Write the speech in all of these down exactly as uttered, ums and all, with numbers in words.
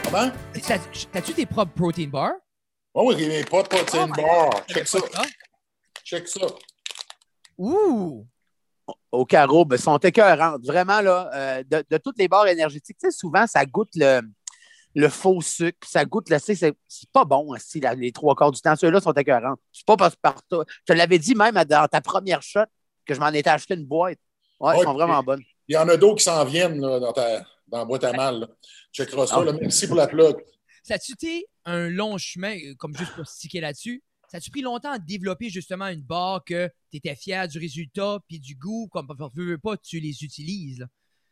Comment? T'as-tu tes propres protein bars? Oh, oui, mes propres protein Oh bars. Check ça. ça. Check ça. Ouh! Au carreau, ben, sont écœurantes. Vraiment, là, euh, de, de toutes les barres énergétiques, tu sais, souvent, ça goûte le, le faux sucre, ça goûte le. C'est, c'est pas bon, aussi, là, les trois quarts du temps. Ceux-là sont écœurants. C'est pas parce par toi. Je te l'avais dit même dans ta première shot que je m'en étais acheté une boîte. Ouais, ouais, elles sont vraiment bonnes. Il y en a d'autres qui s'en viennent là, dans, ta, dans la boîte à mal. Là. Checkeras ça. Là. Merci pour la plug. Ça a-tu été un long chemin, comme juste pour sticker là-dessus? Ça a-tu pris longtemps à développer justement une barre que tu étais fier du résultat puis du goût, comme veux, veux pas, tu les utilises? Là?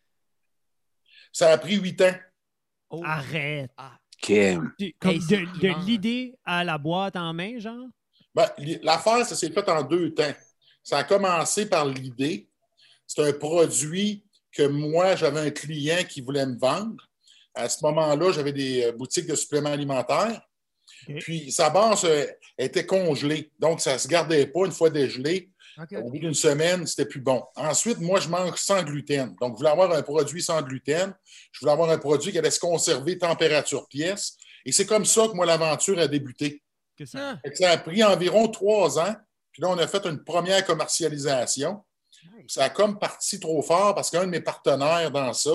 Ça a pris huit ans. Oh. Arrête. Ah. Okay. Comme hey, de, de l'idée à la boîte en main, genre? Ben, l'affaire, ça s'est fait en deux temps. Ça a commencé par l'idée. C'est un produit que moi, j'avais un client qui voulait me vendre. À ce moment-là, j'avais des boutiques de suppléments alimentaires. Okay. Puis, sa base euh, était congelée. Donc, ça ne se gardait pas une fois dégelé. Okay, okay. Au bout d'une semaine, c'était plus bon. Ensuite, moi, je mange sans gluten. Donc, je voulais avoir un produit sans gluten. Je voulais avoir un produit qui allait se conserver température pièce. Et c'est comme ça que moi, l'aventure a débuté. Que ça? ça a pris environ trois ans. Puis là, on a fait une première commercialisation. Nice. Ça a comme parti trop fort parce qu'un de mes partenaires dans ça,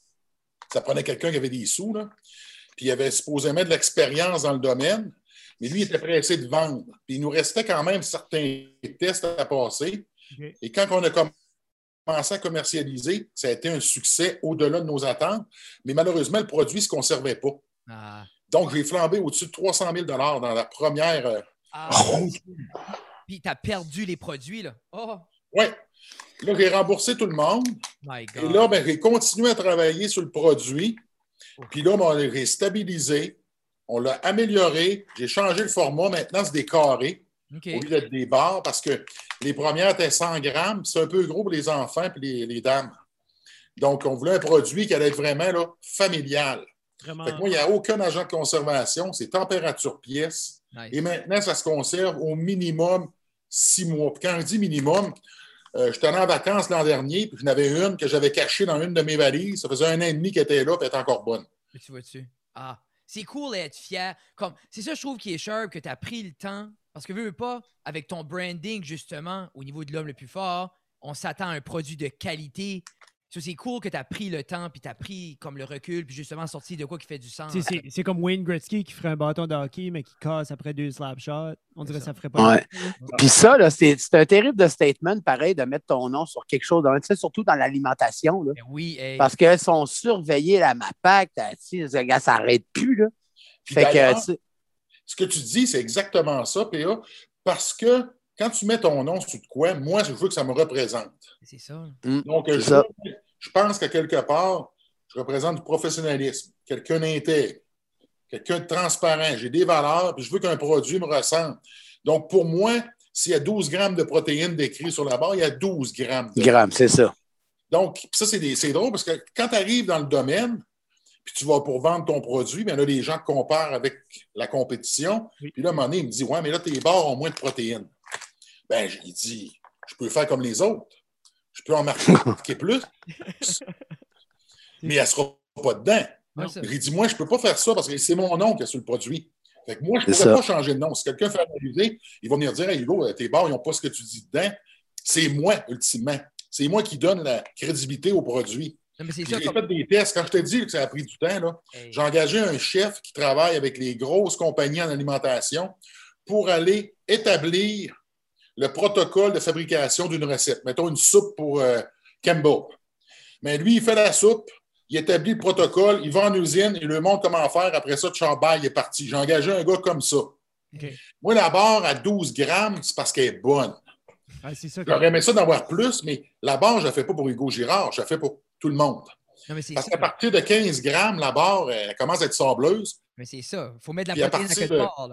ça prenait quelqu'un qui avait des sous, là. Puis il avait supposément de l'expérience dans le domaine, mais lui, il était pressé de vendre. Puis il nous restait quand même certains tests à passer. Okay. Et quand on a commencé à commercialiser, ça a été un succès au-delà de nos attentes, mais malheureusement, le produit ne se conservait pas. Ah. Donc, j'ai flambé au-dessus de trois cent mille dollars dans la première... Euh... Ah. Oh. Puis tu as perdu les produits, là. Oh. Oui. Là, j'ai remboursé tout le monde. My God. Et là, ben, j'ai continué à travailler sur le produit. Puis là, ben, on l'a stabilisé, on l'a amélioré, j'ai changé le format. Maintenant, c'est des carrés okay. au lieu d'être des barres parce que les premières étaient cent grammes. C'est un peu gros pour les enfants et les, les dames. Donc, on voulait un produit qui allait être vraiment là, familial. Vraiment... Fait que moi, il n'y a aucun agent de conservation. C'est température pièce. Nice. Et maintenant, ça se conserve au minimum six mois. Puis quand on dit minimum, Euh, j'étais en vacances l'an dernier, puis j'en avais une que j'avais cachée dans une de mes valises. Ça faisait un an et demi qu'elle était là, puis elle était encore bonne. Mais tu vois-tu? Ah, c'est cool d'être fier. Comme, c'est ça, je trouve, qui est sharp, que tu as pris le temps. Parce que, veux, veux pas, avec ton branding, justement, au niveau de l'homme le plus fort, on s'attend à un produit de qualité. So, c'est cool que tu as pris le temps, puis tu as pris comme le recul, puis justement sorti de quoi qui fait du sens. C'est, c'est, c'est comme Wayne Gretzky qui ferait un bâton de hockey, mais qui casse après deux slap shots. On dirait que ça ferait pas. Ouais. Puis ça, là, c'est, c'est un terrible de statement, pareil, de mettre ton nom sur quelque chose, tu sais, surtout dans l'alimentation. Là. Oui, hey. Parce qu'elles sont surveillées, la MAPAC, tu sais, ça n'arrête plus. Là. Fait que, ce que tu dis, c'est exactement ça, P A, parce que quand tu mets ton nom sur de quoi, moi, je veux que ça me représente. C'est ça. Mmh, Donc, c'est je, ça. je pense qu'à quelque part, je représente du professionnalisme, quelqu'un d'intègre, quelqu'un de transparent. J'ai des valeurs, puis je veux qu'un produit me ressemble. Donc, pour moi, s'il y a douze grammes de protéines décrites sur la barre, il y a douze grammes. De... Grammes, c'est ça. Donc, ça, c'est, des, c'est drôle parce que quand tu arrives dans le domaine, puis tu vas pour vendre ton produit, bien là, les gens te comparent avec la compétition. Oui. Puis là, à un moment donné, il me dit « Ouais, mais là, tes barres ont moins de protéines. » Bien, il dit « Je peux faire comme les autres. Je peux en marquer plus. » Mais elle ne sera pas dedans. J'ai dit « Moi, je ne peux pas faire ça parce que c'est mon nom qui est sur le produit. » Fait que moi, je ne pourrais pas changer de nom. Si quelqu'un fait analyser, il va venir dire hey, « Hugo, tes barres, ils n'ont pas ce que tu dis dedans. » C'est moi, ultimement. C'est moi qui donne la crédibilité au produit. Non, mais c'est ça, j'ai comme... fait des tests. Quand je te dis que ça a pris du temps, là, hey. J'ai engagé un chef qui travaille avec les grosses compagnies en alimentation pour aller établir le protocole de fabrication d'une recette. Mettons une soupe pour euh, Campbell. Mais lui, il fait la soupe, il établit le protocole, il va en usine, il lui montre comment faire. Après ça, Chambaille est parti. J'ai engagé un gars comme ça. Okay. Moi, la barre à douze grammes, c'est parce qu'elle est bonne. Ah, c'est ça que... J'aurais aimé ça d'en avoir plus, mais la barre, je ne la fais pas pour Hugo Girard, je la fais pour tout le monde. Non, mais c'est parce ça. qu'à partir de quinze grammes, la barre, elle commence à être sableuse. Mais c'est ça. Il faut mettre de la protéine à, à quelque de... part. Là,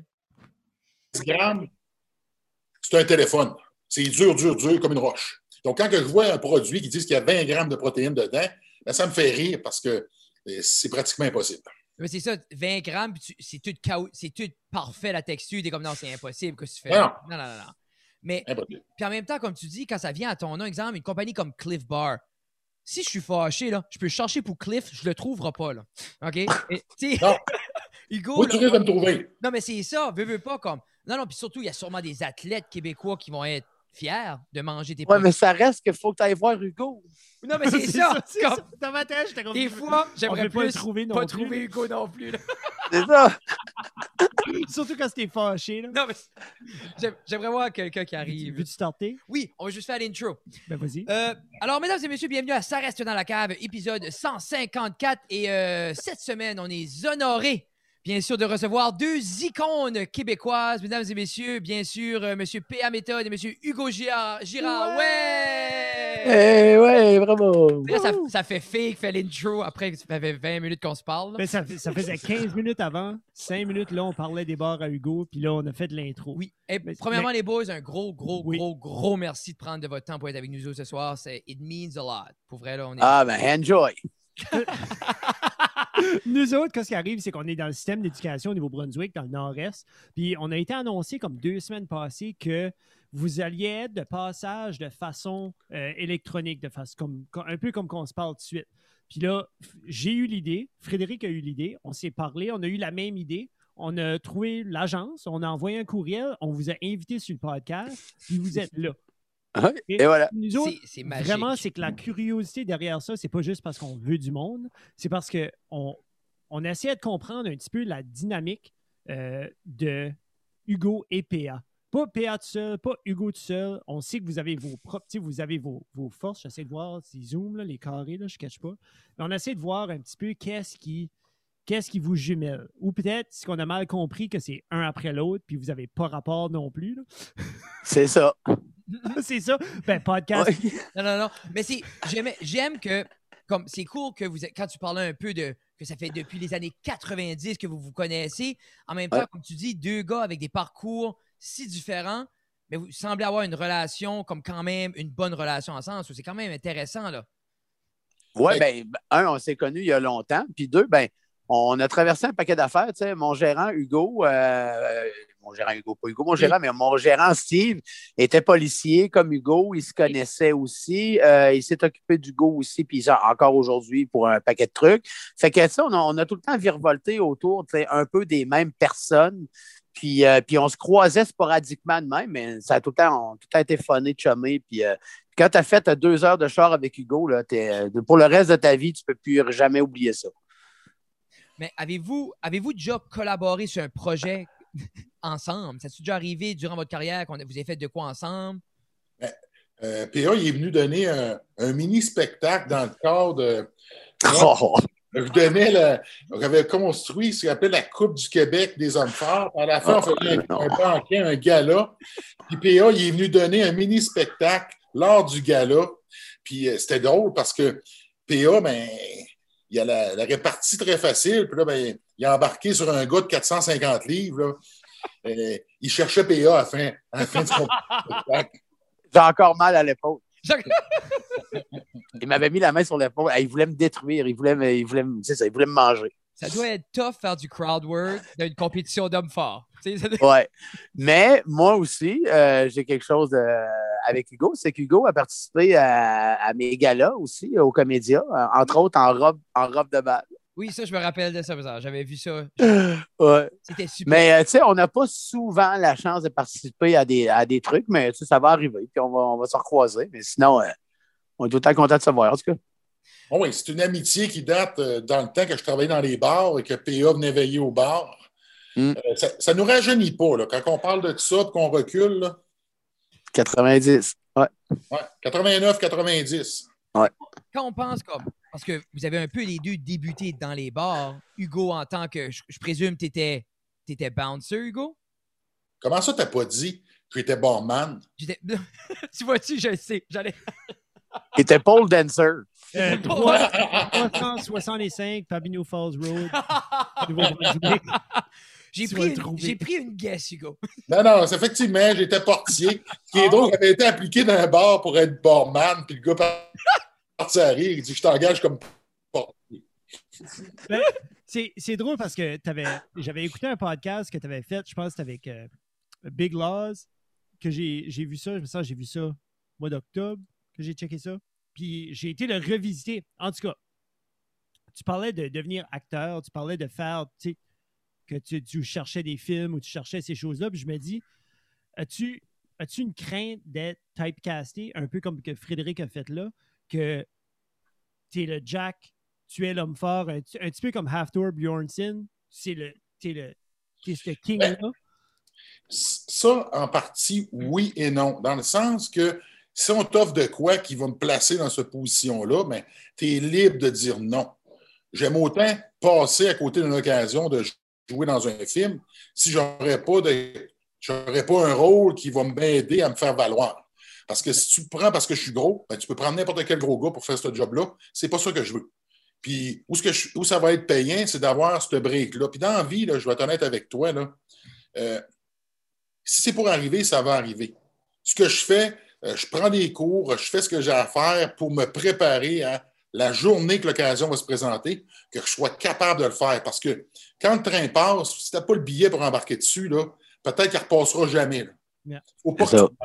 quinze grammes, c'est un téléphone. C'est dur, dur, dur comme une roche. Donc, quand je vois un produit qui dit qu'il y a vingt grammes de protéines dedans, ben, ça me fait rire parce que c'est pratiquement impossible. Mais c'est ça, vingt grammes, c'est tout, cao... c'est tout parfait la texture. T'es comme non, c'est impossible que tu fais. Non, non, non, non. non. Mais puis en même temps, comme tu dis, quand ça vient à ton nom, exemple, une compagnie comme Cliff Bar, si je suis fâché, là, je peux chercher pour Cliff, je le trouverai pas, là. OK? Et, non. Hugo, oui, tu risques de me trouver. Non, mais c'est ça, veux, veux pas comme... Non, non, puis surtout, il y a sûrement des athlètes québécois qui vont être fiers de manger tes ouais, produits. Ouais, mais ça reste qu'il faut que tu ailles voir Hugo. Non, mais c'est, c'est ça. ça c'est comme... ça. Dans ma tête, j'étais comme... Des fois, j'aimerais plus pas, le trouver, non pas plus, trouver là. Hugo non plus. Là. C'est ça. Surtout quand c'était fâché. Là. Non, mais j'aime, j'aimerais voir quelqu'un qui arrive. Veux-tu starter? Oui, on va juste faire l'intro. Ben, vas-y. Euh, alors, mesdames et messieurs, bienvenue à Ça reste dans la cave, épisode cent cinquante-quatre. Et euh, cette semaine, on est honorés, bien sûr, de recevoir deux icônes québécoises. Mesdames et messieurs, bien sûr, euh, M. P A Méthode et M. Hugo Girard. Girard. Ouais! Hey, ouais, bravo! Là, ça, ça fait fake, fait l'intro après que ça fait vingt minutes qu'on se parle. Ben, ça, ça faisait quinze minutes avant. cinq minutes, là, on parlait des bars à Hugo, puis là, on a fait de l'intro. Oui. Et mais, premièrement, mais... les boys, un gros, gros, oui. gros, gros merci de prendre de votre temps pour être avec nous ce soir. C'est, it means a lot. Pour vrai, là, on est... Ah, ben, enjoy! Nous autres, ce qui arrive, c'est qu'on est dans le système d'éducation au Nouveau-Brunswick, dans le Nord-Est. Puis on a été annoncé comme deux semaines passées que vous alliez être de passage de façon euh, électronique, de façon, comme, comme, un peu comme qu'on se parle tout de suite. Puis là, j'ai eu l'idée, Frédéric a eu l'idée, on s'est parlé, on a eu la même idée. On a trouvé l'agence, on a envoyé un courriel, on vous a invité sur le podcast, puis vous êtes là. Et, et voilà. Nous autres, c'est, c'est magique. Vraiment, c'est que la curiosité derrière ça, c'est pas juste parce qu'on veut du monde, c'est parce qu'on on essaie de comprendre un petit peu la dynamique euh, de Hugo et P A. Pas P A tout seul, pas Hugo tout seul. On sait que vous avez vos propres, vous avez vos, vos forces. J'essaie de voir s'ils zooment, là, les carrés, là, je ne cache pas. Mais on essaie de voir un petit peu qu'est-ce qui, qu'est-ce qui vous jumelle. Ou peut-être, ce qu'on a mal compris, que c'est un après l'autre, puis vous n'avez pas rapport non plus. Là. C'est ça. c'est ça. Ben, podcast. Ouais. Non, non, non. Mais c'est, j'aime, j'aime que, comme, c'est cool que vous, quand tu parlais un peu de, que ça fait depuis les années quatre-vingt-dix que vous vous connaissez. En même temps, ouais. Comme tu dis, deux gars avec des parcours si différents, mais vous semblez avoir une relation, comme quand même, une bonne relation ensemble. C'est quand même intéressant, là. Oui, bien, un, on s'est connus il y a longtemps, puis deux, bien, on a traversé un paquet d'affaires. Tu sais, mon gérant Hugo, euh, mon gérant Hugo, pas Hugo, mon gérant, oui. mais mon gérant Steve était policier comme Hugo. Il se connaissait aussi. Euh, il s'est occupé d'Hugo aussi, puis encore aujourd'hui pour un paquet de trucs. Fait que ça, on a, on a tout le temps virevolté autour, tu sais, un peu des mêmes personnes. Puis, euh, puis on se croisait sporadiquement de même, mais ça a tout le temps, on, tout le temps été funné, chumé. Puis euh, quand tu as fait deux heures de char avec Hugo, là, t'es, pour le reste de ta vie, tu ne peux plus jamais oublier ça. Mais avez-vous, avez-vous déjà collaboré sur un projet ensemble? Ça s'est déjà arrivé durant votre carrière qu'on vous avez fait de quoi ensemble? Ben, euh, P A, il est venu donner un, un mini-spectacle dans le cadre de... Moi, oh. Je donnais le... On avait construit ce qu'on appelait la Coupe du Québec des hommes forts. À la fin, oh, on faisait un, un banquet, un gala. Puis P A, il est venu donner un mini-spectacle lors du gala. Puis euh, c'était drôle parce que P A, ben... il a la, la répartie très facile. Puis là, ben, il a embarqué sur un gars de quatre cent cinquante livres. Là. Euh, il cherchait P A à la fin, à la fin de son spectacle. J'ai encore mal à l'épaule. Il m'avait mis la main sur l'épaule. Il voulait me détruire. Il voulait me, il voulait me, c'est ça, il voulait me manger. Ça doit être tough faire du crowd work d'une compétition d'hommes forts. Oui. Mais moi aussi, euh, j'ai quelque chose euh, avec Hugo. C'est qu'Hugo a participé à, à mes galas aussi, au Comédia, entre autres en robe, en robe de bal. Oui, ça, je me rappelle de ça. J'avais vu ça. Ouais. C'était super. Mais euh, tu sais, on n'a pas souvent la chance de participer à des, à des trucs, mais tu sais, ça va arriver. Puis on va, on va se recroiser. Mais sinon, euh, on est tout le temps content de se voir, en tout cas. Oh oui, c'est une amitié qui date euh, dans le temps que je travaillais dans les bars et que P A venait veiller au bar. Mm. Euh, ça ne nous rajeunit pas, là, quand on parle de ça et qu'on recule. Là. quatre-vingt-dix, ouais. Ouais, quatre-vingt-neuf quatre-vingt-dix. Ouais. Quand on pense comme... Parce que vous avez un peu les deux débuté dans les bars. Hugo, en tant que... Je, je présume que tu étais bouncer, Hugo? Comment ça, t'as pas dit que j'étais barman? J'étais... Tu vois-tu, je le sais. J'allais... Il était pole dancer. Euh, trois cent soixante-cinq Papineau Falls Road. J'ai pris, une, j'ai pris une guess, Hugo. Non, non, c'est effectivement, j'étais portier. Ce qui est drôle, j'avais été appliqué dans un bar pour être barman, puis le gars parti à rire, il dit « Je t'engage comme portier. » Ben, c'est, c'est drôle parce que j'avais écouté un podcast que tu avais fait, je pense que c'était avec euh, Big Laws, que j'ai, j'ai vu ça, je me sens j'ai vu ça au mois d'octobre, que j'ai checké ça. Puis j'ai été le revisiter. En tout cas, tu parlais de devenir acteur, tu parlais de faire, tu sais, que tu, tu cherchais des films ou tu cherchais ces choses-là. Puis je me dis, as-tu, as-tu une crainte d'être typecasté, un peu comme que Frédéric a fait là, que tu es le Jack, tu es l'homme fort, un, un petit peu comme Hafthor Bjornsson, c'est le, t'es le, t'es ce king-là? Ben, ça, en partie, oui et non. Dans le sens que si on t'offre de quoi qui va me placer dans cette position-là, ben, tu es libre de dire non. J'aime autant passer à côté d'une occasion de jouer dans un film si je n'aurais pas, de, j'aurais pas un rôle qui va m'aider à me faire valoir. Parce que si tu me prends parce que je suis gros, ben, tu peux prendre n'importe quel gros gars pour faire ce job-là. C'est pas ça que je veux. Puis où, ce que je, où ça va être payant, c'est d'avoir ce break-là. Puis dans la vie, là, je vais être honnête avec toi, là, euh, si c'est pour arriver, ça va arriver. Ce que je fais, euh, je prends des cours, je fais ce que j'ai à faire pour me préparer à la journée que l'occasion va se présenter, que je sois capable de le faire. Parce que quand le train passe, si tu n'as pas le billet pour embarquer dessus, là, peut-être qu'il ne repassera jamais. Il ne faut pas que tu manques.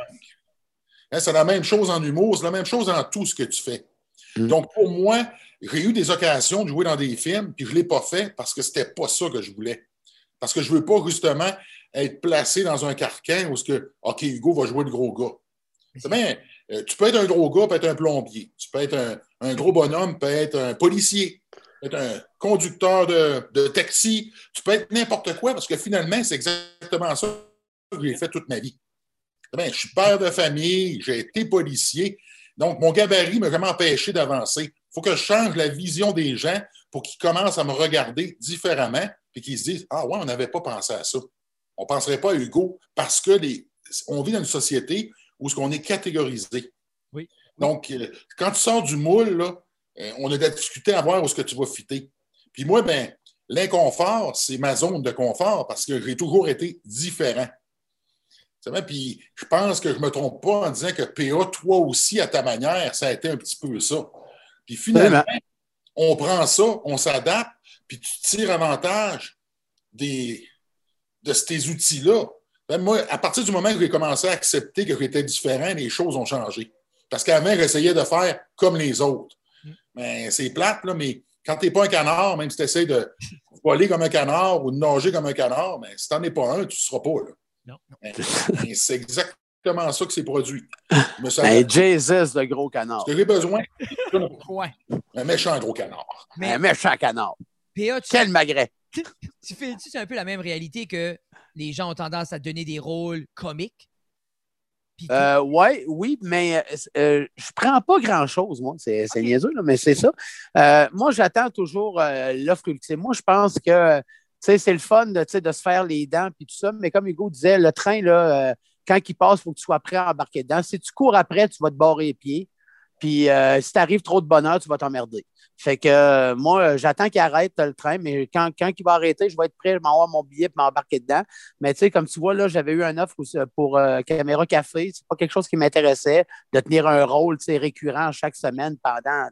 Hein, c'est la même chose en humour, c'est la même chose dans tout ce que tu fais. Mm. Donc, pour moi, j'ai eu des occasions de jouer dans des films, puis je ne l'ai pas fait parce que ce n'était pas ça que je voulais. Parce que je ne veux pas, justement, être placé dans un carcan où ce que, OK, Hugo va jouer le gros gars. C'est bien, euh, tu peux être un gros gars, peut être un plombier. Tu peux être un, un gros bonhomme, peut être un policier, peut être un conducteur de, de taxi. Tu peux être n'importe quoi parce que finalement, c'est exactement ça que j'ai fait toute ma vie. C'est bien, je suis père de famille, j'ai été policier. Donc, mon gabarit m'a jamais empêché d'avancer. Il faut que je change la vision des gens pour qu'ils commencent à me regarder différemment et qu'ils se disent « Ah ouais, on n'avait pas pensé à ça. » On ne penserait pas à Hugo parce que les, on vit dans une société où on est catégorisé. Oui. Donc, euh, quand tu sors du moule, là, euh, on a de la difficulté à voir où est-ce que tu vas fitter. Puis moi, ben, l'inconfort, c'est ma zone de confort parce que j'ai toujours été différent. C'est vrai, puis je pense que je ne me trompe pas en disant que P A, toi aussi, à ta manière, ça a été un petit peu ça. Puis finalement, oui, on prend ça, on s'adapte, puis tu tires avantage des, de ces outils-là. Ben moi, à partir du moment que j'ai commencé à accepter que j'étais différent, les choses ont changé. Parce qu'avant, j'essayais de faire comme les autres. Mm. Ben, c'est plate, là, mais quand tu n'es pas un canard, même si tu essaies de voler comme un canard ou de nager comme un canard, ben, si tu n'en es pas un, tu ne seras pas. Là. Non. Ben, ben, c'est exactement ça que c'est produit. Ben, Jesus, le gros canard. Ce que j'ai besoin, ouais. un méchant gros canard. Mais, un méchant canard. P A, tu... Quel magret. Tu fais tu c'est un peu la même réalité que les gens ont tendance à te donner des rôles comiques? Euh, ouais, oui, mais euh, je prends pas grand-chose, moi. C'est, c'est okay. Niaiseux, là, mais c'est ça. Euh, moi, j'attends toujours euh, l'offre ultime. Moi, je pense que c'est le fun de, de se faire les dents et tout ça, mais comme Hugo disait, le train, là, euh, quand il passe, il faut que tu sois prêt à embarquer dedans. Si tu cours après, tu vas te barrer les pieds. Puis euh, si tu arrives trop de bonheur, tu vas t'emmerder. Fait que euh, moi, j'attends qu'il arrête le train, mais quand, quand il va arrêter, je vais être prêt, je vais avoir mon billet et m'embarquer dedans. Mais tu sais, comme tu vois, là, j'avais eu une offre pour euh, Caméra Café. C'est pas quelque chose qui m'intéressait, de tenir un rôle récurrent chaque semaine pendant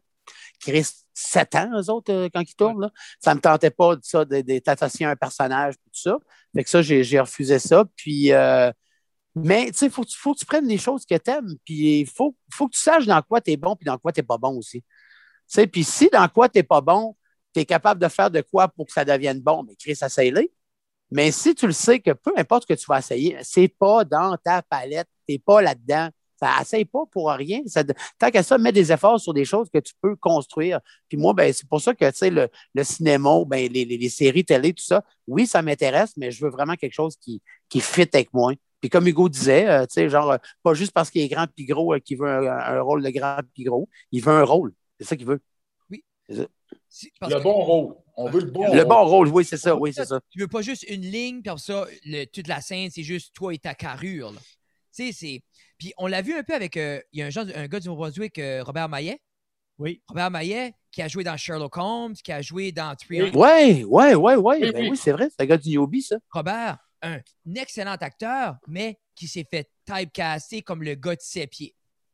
sept ans, eux autres, euh, quand ils tournent. Là. Ça me tentait pas de ça, d'être associé à un personnage et tout ça. Fait que ça, j'ai, j'ai refusé ça. Puis euh, mais, tu sais, il faut, faut que tu prennes les choses que tu aimes, puis il faut, faut que tu saches dans quoi tu es bon, puis dans quoi tu n'es pas bon aussi. Tu sais, puis si dans quoi tu n'es pas bon, tu es capable de faire de quoi pour que ça devienne bon, mais Chris, essaye-le. Mais si tu le sais que peu importe ce que tu vas essayer, c'est pas dans ta palette, tu n'es pas là-dedans, ça essaye pas pour rien. Ça, tant qu'à ça, mets des efforts sur des choses que tu peux construire. Puis moi, ben, c'est pour ça que, tu sais, le, le cinéma, ben, les, les, les séries télé, tout ça, oui, ça m'intéresse, mais je veux vraiment quelque chose qui, qui fit avec moi. Puis comme Hugo disait, euh, tu sais, genre, euh, pas juste parce qu'il est grand puis gros euh, qu'il veut un, un rôle de grand puis gros, il veut un rôle. C'est ça qu'il veut. Oui. C'est le que... bon rôle. On veut le bon le rôle. Le bon rôle, oui, c'est ça. Oui, c'est ça. Tu veux pas juste une ligne, puis ça, le, toute la scène, c'est juste toi et ta carrure. Tu sais, c'est... Puis on l'a vu un peu avec... Euh, il y a un, genre, un gars du Nouveau-Brunswick, euh, Robert Maillet. Oui. Robert Maillet, qui a joué dans Sherlock Holmes, qui a joué dans Three Hundred. Oui, oui, oui, oui. Ben oui, c'est vrai. C'est un gars du Yobi, ça. Robert, un excellent acteur, mais qui s'est fait typecaster comme le gars de ses pieds.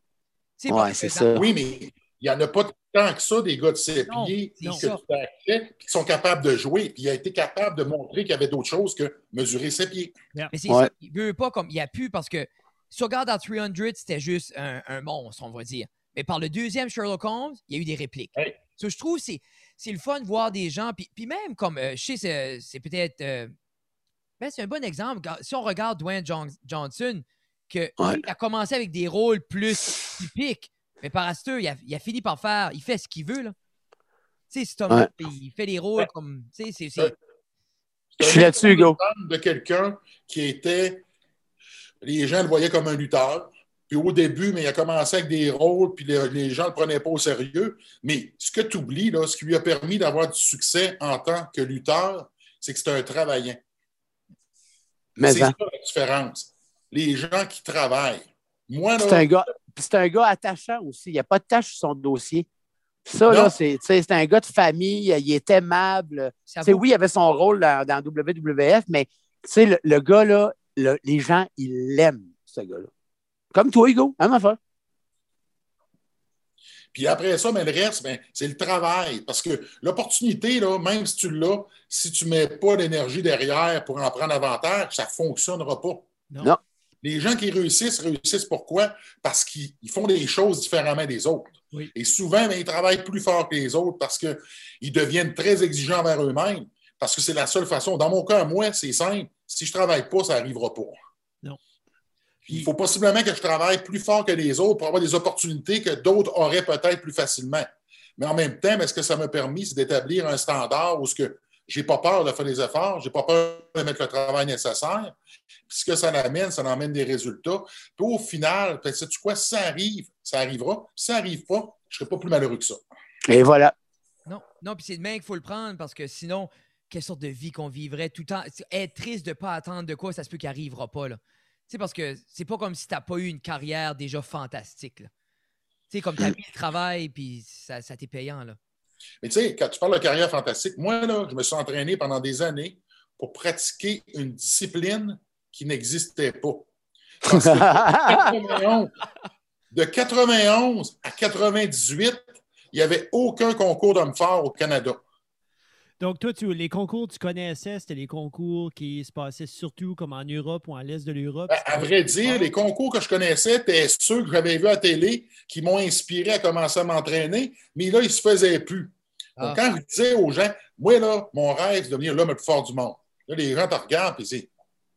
Oui, c'est ça. Oui, mais il n'y en a pas tant que ça, des gars de ses non, pieds non, que tu as fait, qui sont capables de jouer. Puis il a été capable de montrer qu'il y avait d'autres choses que mesurer ses pieds. Yeah. Mais c'est ouais. ça. Il veut pas comme. Il a pu parce que si on regarde dans Three hundred, c'était juste un, un monstre, on va dire. Mais par le deuxième Sherlock Holmes, il y a eu des répliques. Hey. So, je trouve que c'est, c'est le fun de voir des gens. Puis, puis même comme, euh, je sais, c'est, c'est peut-être. Euh, ben, c'est un bon exemple. Si on regarde Dwayne John- Johnson, que, Ouais. il a commencé avec des rôles plus typiques, mais par la suite, il a, il a fini par faire. Il fait ce qu'il veut, là. Tu sais, cet homme-là, Ouais. il fait des rôles comme. Tu sais, c'est. c'est... Je suis là-dessus, Hugo. De quelqu'un qui était. Les gens le voyaient comme un lutteur. Puis au début, mais il a commencé avec des rôles, puis les, les gens ne le prenaient pas au sérieux. Mais ce que tu oublies, là, ce qui lui a permis d'avoir du succès en tant que lutteur, c'est que c'est un travaillant. Mais c'est hein. ça la différence. Les gens qui travaillent. Moi, là, C'est un gars, c'est un gars attachant aussi. Il n'y a pas de tâche sur son dossier. Ça, là, c'est, c'est un gars de famille, il est aimable. Oui, il avait son rôle dans, dans W W F, mais le, le gars, là, le, les gens, ils l'aiment, ce gars-là. Comme toi, Hugo, hein, ma foi? Puis après ça, ben, le reste, ben, c'est le travail. Parce que l'opportunité, là, même si tu l'as, si tu ne mets pas l'énergie derrière pour en prendre avantage, ça ne fonctionnera pas. Non. non. Les gens qui réussissent, réussissent pourquoi? Parce qu'ils font des choses différemment des autres. Oui. Et souvent, ben, ils travaillent plus fort que les autres parce qu'ils deviennent très exigeants envers eux-mêmes. Parce que c'est la seule façon. Dans mon cas, moi, c'est simple. Si je ne travaille pas, ça n'arrivera pas. Non. Puis, il faut possiblement que je travaille plus fort que les autres pour avoir des opportunités que d'autres auraient peut-être plus facilement. Mais en même temps, ce que ça m'a permis, c'est d'établir un standard où je n'ai pas peur de faire des efforts, je n'ai pas peur de mettre le travail nécessaire. Puis ce que ça l'amène, ça amène des résultats. Puis au final, sais-tu quoi, si ça arrive, ça arrivera. Si ça n'arrive pas, je ne serai pas plus malheureux que ça. Et voilà. Non, non, puis c'est demain qu'il faut le prendre parce que sinon, quelle sorte de vie qu'on vivrait tout le temps? Être triste de ne pas attendre de quoi, ça se peut qu'il n'arrivera pas, là. Tu sais, parce que c'est pas comme si tu n'as pas eu une carrière déjà fantastique. Tu sais, comme tu as mis le travail, puis ça, ça t'est payant. Là. Mais tu sais, quand tu parles de carrière fantastique, moi, là, je me suis entraîné pendant des années pour pratiquer une discipline qui n'existait pas. Parce que de, quatre-vingt-onze, de quatre-vingt-onze à quatre-vingt-dix-huit, il n'y avait aucun concours d'hommes forts au Canada. Donc, toi, tu, les concours que tu connaissais, c'était les concours qui se passaient surtout comme en Europe ou en l'Est de l'Europe? Ben, à vrai dire, les concours que je connaissais étaient ceux que j'avais vus à la télé qui m'ont inspiré à commencer à m'entraîner, mais là, ils ne se faisaient plus. Donc, ah. quand je disais aux gens, moi, là, mon rêve, c'est de devenir l'homme le plus fort du monde. Là, les gens te regardent et disent,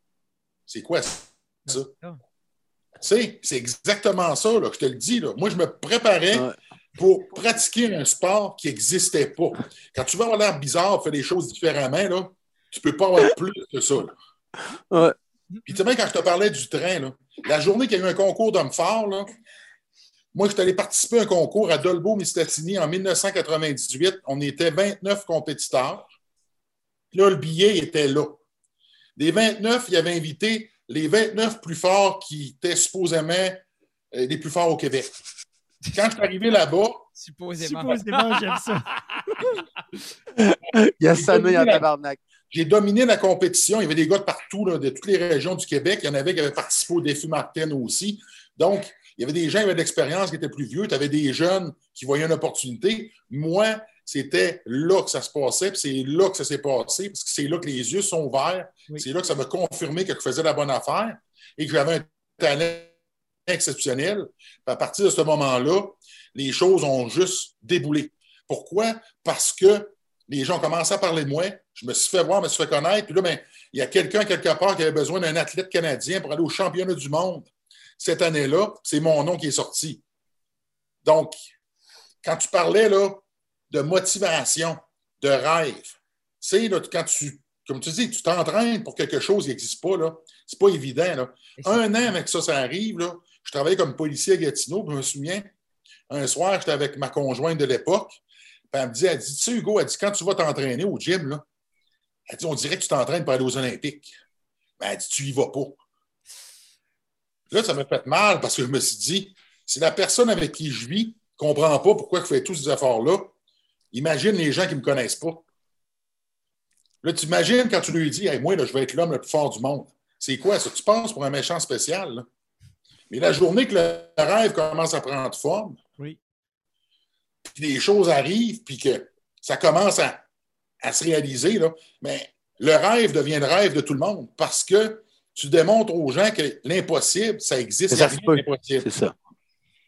c'est quoi ça? Ah. Tu sais, c'est exactement ça, là, que je te le dis. Là. Moi, je me préparais ouais. pour pratiquer un sport qui n'existait pas. Quand tu vas avoir l'air bizarre, faire des choses différemment, là, tu ne peux pas avoir plus que ça. Là. Ouais. Puis tu sais, quand je te parlais du train, là, la journée qu'il y a eu un concours d'hommes forts, là, moi, je suis allé participer à un concours à Dolbeau-Mistassini en dix-neuf cent quatre-vingt-dix-huit. On était vingt-neuf compétiteurs. Là, le billet était là. Des vingt-neuf, il avait invité les vingt-neuf plus forts qui étaient supposément euh, les plus forts au Québec. Quand je suis arrivé là-bas... Supposément. Supposément, j'aime ça. Il y a ça, il y a un tabarnak. J'ai dominé la compétition. Il y avait des gars de partout, là, de toutes les régions du Québec. Il y en avait qui avaient participé au défi Martin aussi. Donc, il y avait des gens qui avaient de l'expérience, qui étaient plus vieux. Tu avais des jeunes qui voyaient une opportunité. Moi, c'était là que ça se passait, puis c'est là que ça s'est passé, parce que c'est là que les yeux sont ouverts. Oui. C'est là que ça m'a confirmé que je faisais la bonne affaire et que j'avais un talent exceptionnel. Puis à partir de ce moment-là, les choses ont juste déboulé. Pourquoi? Parce que les gens ont commencé à parler de moi. Je me suis fait voir, je me suis fait connaître. Puis là, ben, il y a quelqu'un quelque part qui avait besoin d'un athlète canadien pour aller au championnat du monde. Cette année-là, c'est mon nom qui est sorti. Donc, quand tu parlais là, de motivation, de rêve, tu sais, là, quand tu, comme tu dis, tu t'entraînes pour quelque chose qui n'existe pas, là, c'est pas évident. Là. Un an avec ça, ça arrive. Là, je travaillais comme policier à Gatineau, puis je me souviens, un soir, j'étais avec ma conjointe de l'époque, puis elle me dit, elle dit, tu sais, Hugo, elle dit, quand tu vas t'entraîner au gym, là, elle dit, on dirait que tu t'entraînes pour aller aux Olympiques. Ben, elle dit, tu y vas pas. Là, ça m'a fait mal parce que je me suis dit, si la personne avec qui je vis ne comprend pas pourquoi je fais tous ces efforts-là, imagine les gens qui ne me connaissent pas. Là, tu imagines quand tu lui dis, hey, moi, là, je vais être l'homme le plus fort du monde. C'est quoi ça? Tu penses pour un méchant spécial, là? Mais la journée que le rêve commence à prendre forme, oui. puis les choses arrivent, puis que ça commence à, à se réaliser, là, mais le rêve devient le rêve de tout le monde parce que tu démontres aux gens que l'impossible, ça existe. Ça, c'est impossible. C'est ça.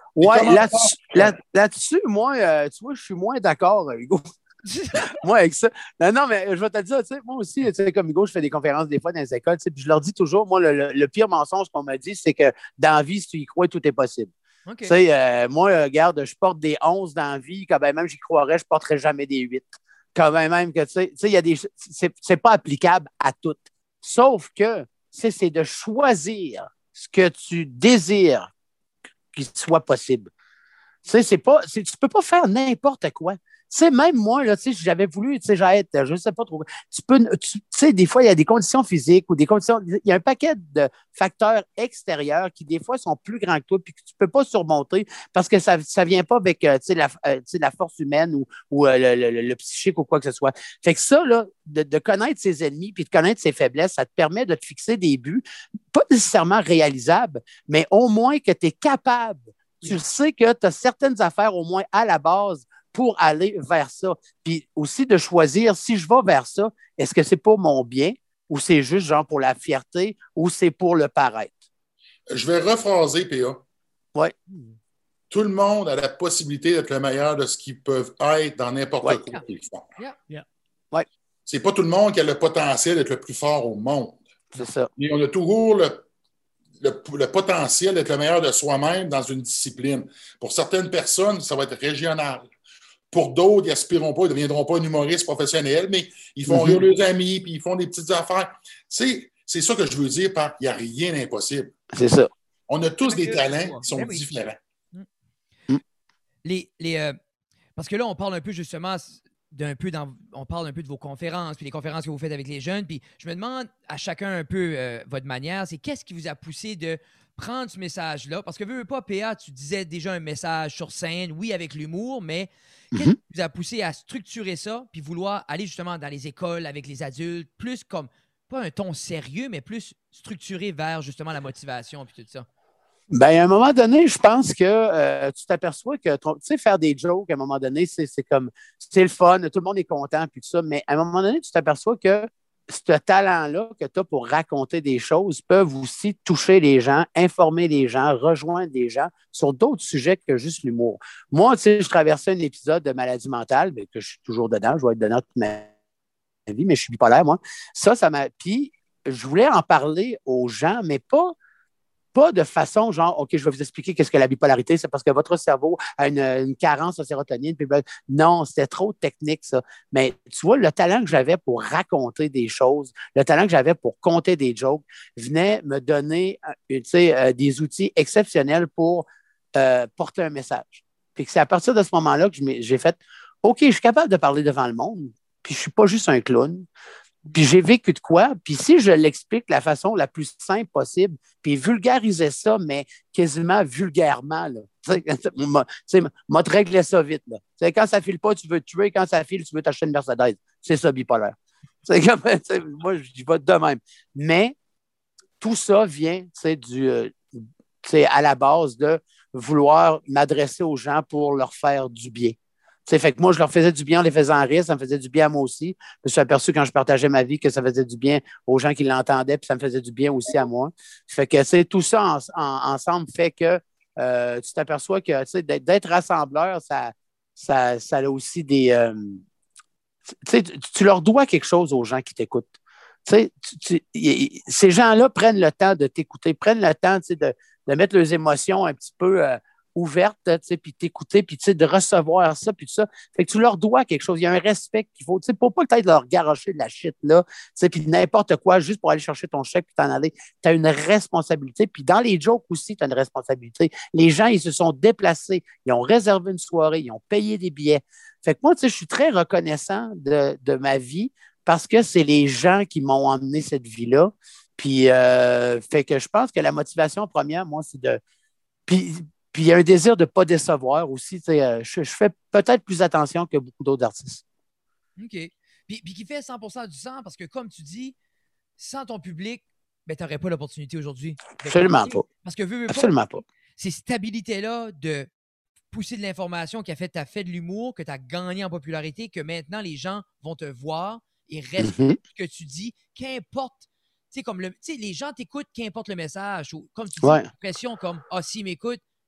Ouais, là-dessus, là, là-dessus, moi, euh, tu vois, je suis moins d'accord, Hugo. Moi, avec ça. Non, non, mais je vais te le dire, tu sais, moi aussi, tu sais, comme Hugo, je fais des conférences des fois dans les écoles, tu sais, puis je leur dis toujours, moi, le, le, le pire mensonge qu'on m'a dit, c'est que dans la vie, si tu y crois, tout est possible. Okay. Tu sais, euh, moi, euh, regarde, je porte des onze dans la vie, quand même, j'y croirais, je ne porterais jamais des huit. Quand même, que tu sais, il y a des. C'est, c'est pas applicable à toutes. Sauf que, c'est, c'est de choisir ce que tu désires qu'il soit possible. Tu sais, c'est pas, c'est, tu peux pas faire n'importe quoi. Tu sais, même moi, là, tu sais, j'avais voulu, tu sais, j'être, je ne sais pas trop. Tu peux, tu sais, des fois, il y a des conditions physiques ou des conditions. Il y a un paquet de facteurs extérieurs qui, des fois, sont plus grands que toi puis que tu ne peux pas surmonter parce que ça ne vient pas avec, euh, tu sais, la, euh, tu sais, la force humaine ou, ou euh, le, le, le psychique ou quoi que ce soit. Fait que ça, là, de, de connaître ses ennemis puis de connaître ses faiblesses, ça te permet de te fixer des buts, pas nécessairement réalisables, mais au moins que tu es capable. Tu oui. sais que tu as certaines affaires, au moins à la base, pour aller vers ça. Puis aussi de choisir, si je vais vers ça, est-ce que c'est pour mon bien ou c'est juste genre pour la fierté ou c'est pour le paraître? Je vais rephraser, P A. Oui. Tout le monde a la possibilité d'être le meilleur de ce qu'ils peuvent être dans n'importe ouais. quoi qu'ils font. Yeah. Yeah. Ouais. C'est pas tout le monde qui a le potentiel d'être le plus fort au monde. C'est ça. Et on a toujours le Le, le potentiel d'être le meilleur de soi-même dans une discipline. Pour certaines personnes, ça va être régional. Pour d'autres, ils n'aspireront pas, ils ne deviendront pas un humoriste professionnel, mais ils font rire mm-hmm. leurs amis, puis ils font des petites affaires. C'est, c'est ça que je veux dire par « il n'y a rien d'impossible ». C'est ça. On a tous des talents qui sont oui. différents. Mm. Les, les, euh, parce que là, on parle un peu justement... d'un peu dans, on parle un peu de vos conférences, puis les conférences que vous faites avec les jeunes, puis je me demande à chacun un peu euh, votre manière, c'est qu'est-ce qui vous a poussé de prendre ce message-là? Parce que veux, veux pas, P A, tu disais déjà un message sur scène, oui, avec l'humour, mais qu'est-ce mm-hmm. qui vous a poussé à structurer ça, puis vouloir aller justement dans les écoles avec les adultes, plus comme, pas un ton sérieux, mais plus structuré vers justement la motivation, puis tout ça? Bien, à un moment donné, je pense que euh, tu t'aperçois que, tu sais, faire des jokes, à un moment donné, c'est, c'est comme, c'est le fun, tout le monde est content, puis tout ça, mais à un moment donné, tu t'aperçois que ce talent-là que tu as pour raconter des choses peuvent aussi toucher les gens, informer les gens, rejoindre les gens sur d'autres sujets que juste l'humour. Moi, tu sais, je traversais un épisode de maladie mentale, mais que je suis toujours dedans, je vais être dedans toute ma vie, mais je suis bipolaire, moi. Ça, ça m'a... Puis, je voulais en parler aux gens, mais pas... Pas de façon genre, OK, je vais vous expliquer qu'est-ce que la bipolarité, c'est parce que votre cerveau a une, une carence en sérotonine. Puis ben, non, c'était trop technique, ça. Mais tu vois, le talent que j'avais pour raconter des choses, le talent que j'avais pour compter des jokes, venait me donner tu sais, euh, des outils exceptionnels pour euh, porter un message. Puis c'est à partir de ce moment-là que j'ai fait, OK, je suis capable de parler devant le monde, puis je ne suis pas juste un clown. Puis j'ai vécu de quoi, puis si je l'explique de la façon la plus simple possible, puis vulgariser ça, mais quasiment vulgairement, là. Tu sais, moi, te régler ça vite, là. Tu sais, quand ça file pas, tu veux te tuer, quand ça file, tu veux t'acheter une Mercedes. C'est ça, bipolaire. C'est comme, moi, je dis pas de même. Mais tout ça vient, tu sais, du, euh, tu sais, à la base de vouloir m'adresser aux gens pour leur faire du bien. T'sais, fait que moi, je leur faisais du bien en les faisant rire, ça me faisait du bien à moi aussi. Je me suis aperçu quand je partageais ma vie que ça faisait du bien aux gens qui l'entendaient, puis ça me faisait du bien aussi à moi. Fait que c'est tout ça en, en, ensemble fait que euh, tu t'aperçois que d'être, d'être rassembleur, ça, ça, ça a aussi des. Euh, tu, tu leur dois quelque chose aux gens qui t'écoutent. Tu, tu, y, ces gens-là prennent le temps de t'écouter, prennent le temps de, de mettre leurs émotions un petit peu. Euh, ouverte, puis t'écouter, puis de recevoir ça, puis tout ça. Fait que tu leur dois quelque chose. Il y a un respect qu'il faut. Pour pas peut-être leur garocher de la shit, là, puis n'importe quoi, juste pour aller chercher ton chèque puis t'en aller. Tu as une responsabilité. Puis dans les jokes aussi, tu as une responsabilité. Les gens, ils se sont déplacés. Ils ont réservé une soirée. Ils ont payé des billets. Fait que moi, je suis très reconnaissant de, de ma vie parce que c'est les gens qui m'ont emmené cette vie-là. Puis, euh, fait que je pense que la motivation première, moi, c'est de... Puis, Puis il y a un désir de ne pas décevoir aussi. Je, je fais peut-être plus attention que beaucoup d'autres artistes. OK. Puis, puis qui fait cent pour cent du sens parce que, comme tu dis, sans ton public, ben, tu n'aurais pas l'opportunité aujourd'hui. Absolument pas. Parce que veux, veux Absolument pas, pas. Ces stabilités-là de pousser de l'information qui a fait, t'as fait de l'humour, que tu as gagné en popularité, que maintenant les gens vont te voir et respectent mm-hmm. ce que tu dis, qu'importe. Tu sais, comme le, les gens t'écoutent, qu'importe le message. Ou, comme tu dis, ouais. pression comme « Ah, s'ils m'écoutent,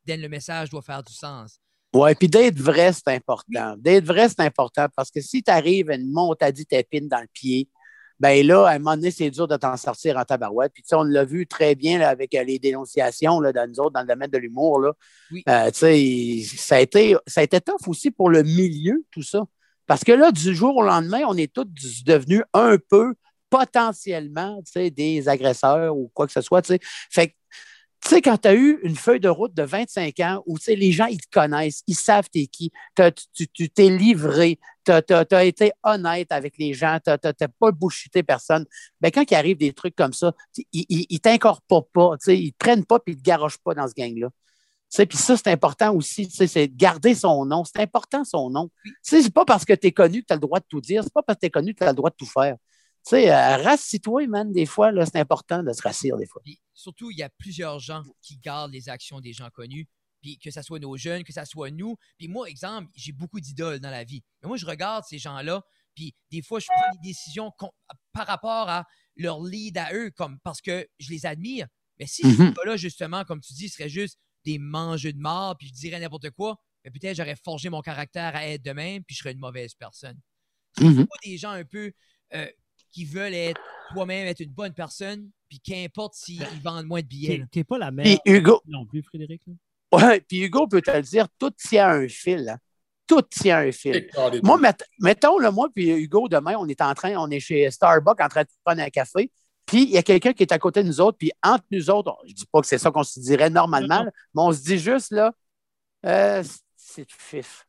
then le message doit faire du sens. Oui, puis d'être vrai, c'est important. D'être vrai, c'est important parce que si tu arrives à une montadite épine dans le pied, ben là, à un moment donné, c'est dur de t'en sortir en tabarouette. Puis, tu sais, on l'a vu très bien là, avec euh, les dénonciations là, dans nous autres, dans le domaine de l'humour. Là. Oui. Euh, tu sais, ça a été, ça a été tough aussi pour le milieu, tout ça. Parce que là, du jour au lendemain, on est tous devenus un peu potentiellement, tu sais, des agresseurs ou quoi que ce soit, tu sais. Fait que, tu sais, quand tu as eu une feuille de route de vingt-cinq ans où les gens, ils te connaissent, ils savent t'es qui, t'as, tu, tu t'es livré, tu as été honnête avec les gens, tu n'as pas bullshité personne, bien, quand il arrive des trucs comme ça, ils ne t'incorporent pas, ils ne te prennent pas et ils ne te garochent pas dans ce gang-là. Puis ça, c'est important aussi, c'est de garder son nom. C'est important, son nom. Ce n'est pas parce que tu es connu que tu as le droit de tout dire, c'est pas parce que tu es connu que tu as le droit de tout faire. Tu sais, euh, rassis-toi, man, des fois, là, c'est important de se rassir des fois. Puis, surtout, il y a plusieurs gens qui gardent les actions des gens connus, puis que ce soit nos jeunes, que ce soit nous. Puis moi, exemple, j'ai beaucoup d'idoles dans la vie. Mais moi, je regarde ces gens-là, puis des fois, je prends des décisions par rapport à leur lead à eux, comme parce que je les admire. Mais si mm-hmm. ces gars-là, justement, comme tu dis, seraient juste des mangeux de mort, puis je dirais n'importe quoi, mais peut-être j'aurais forgé mon caractère à être de même, puis je serais une mauvaise personne. C'est mm-hmm. pas des gens un peu... Euh, qui veulent être toi-même, être une bonne personne, puis qu'importe s'ils vendent moins de billets. T'es, t'es pas la meilleure Hugo, non plus, Frédéric. Oui, puis Hugo peut te le dire, tout tient un fil. Hein. Tout tient un fil. Moi, met, mettons, là, moi puis Hugo, demain, on est en train, on est chez Starbucks en train de prendre un café, puis il y a quelqu'un qui est à côté de nous autres, puis entre nous autres, je ne dis pas que c'est ça qu'on se dirait normalement, là, mais on se dit juste, là, euh, c'est fif.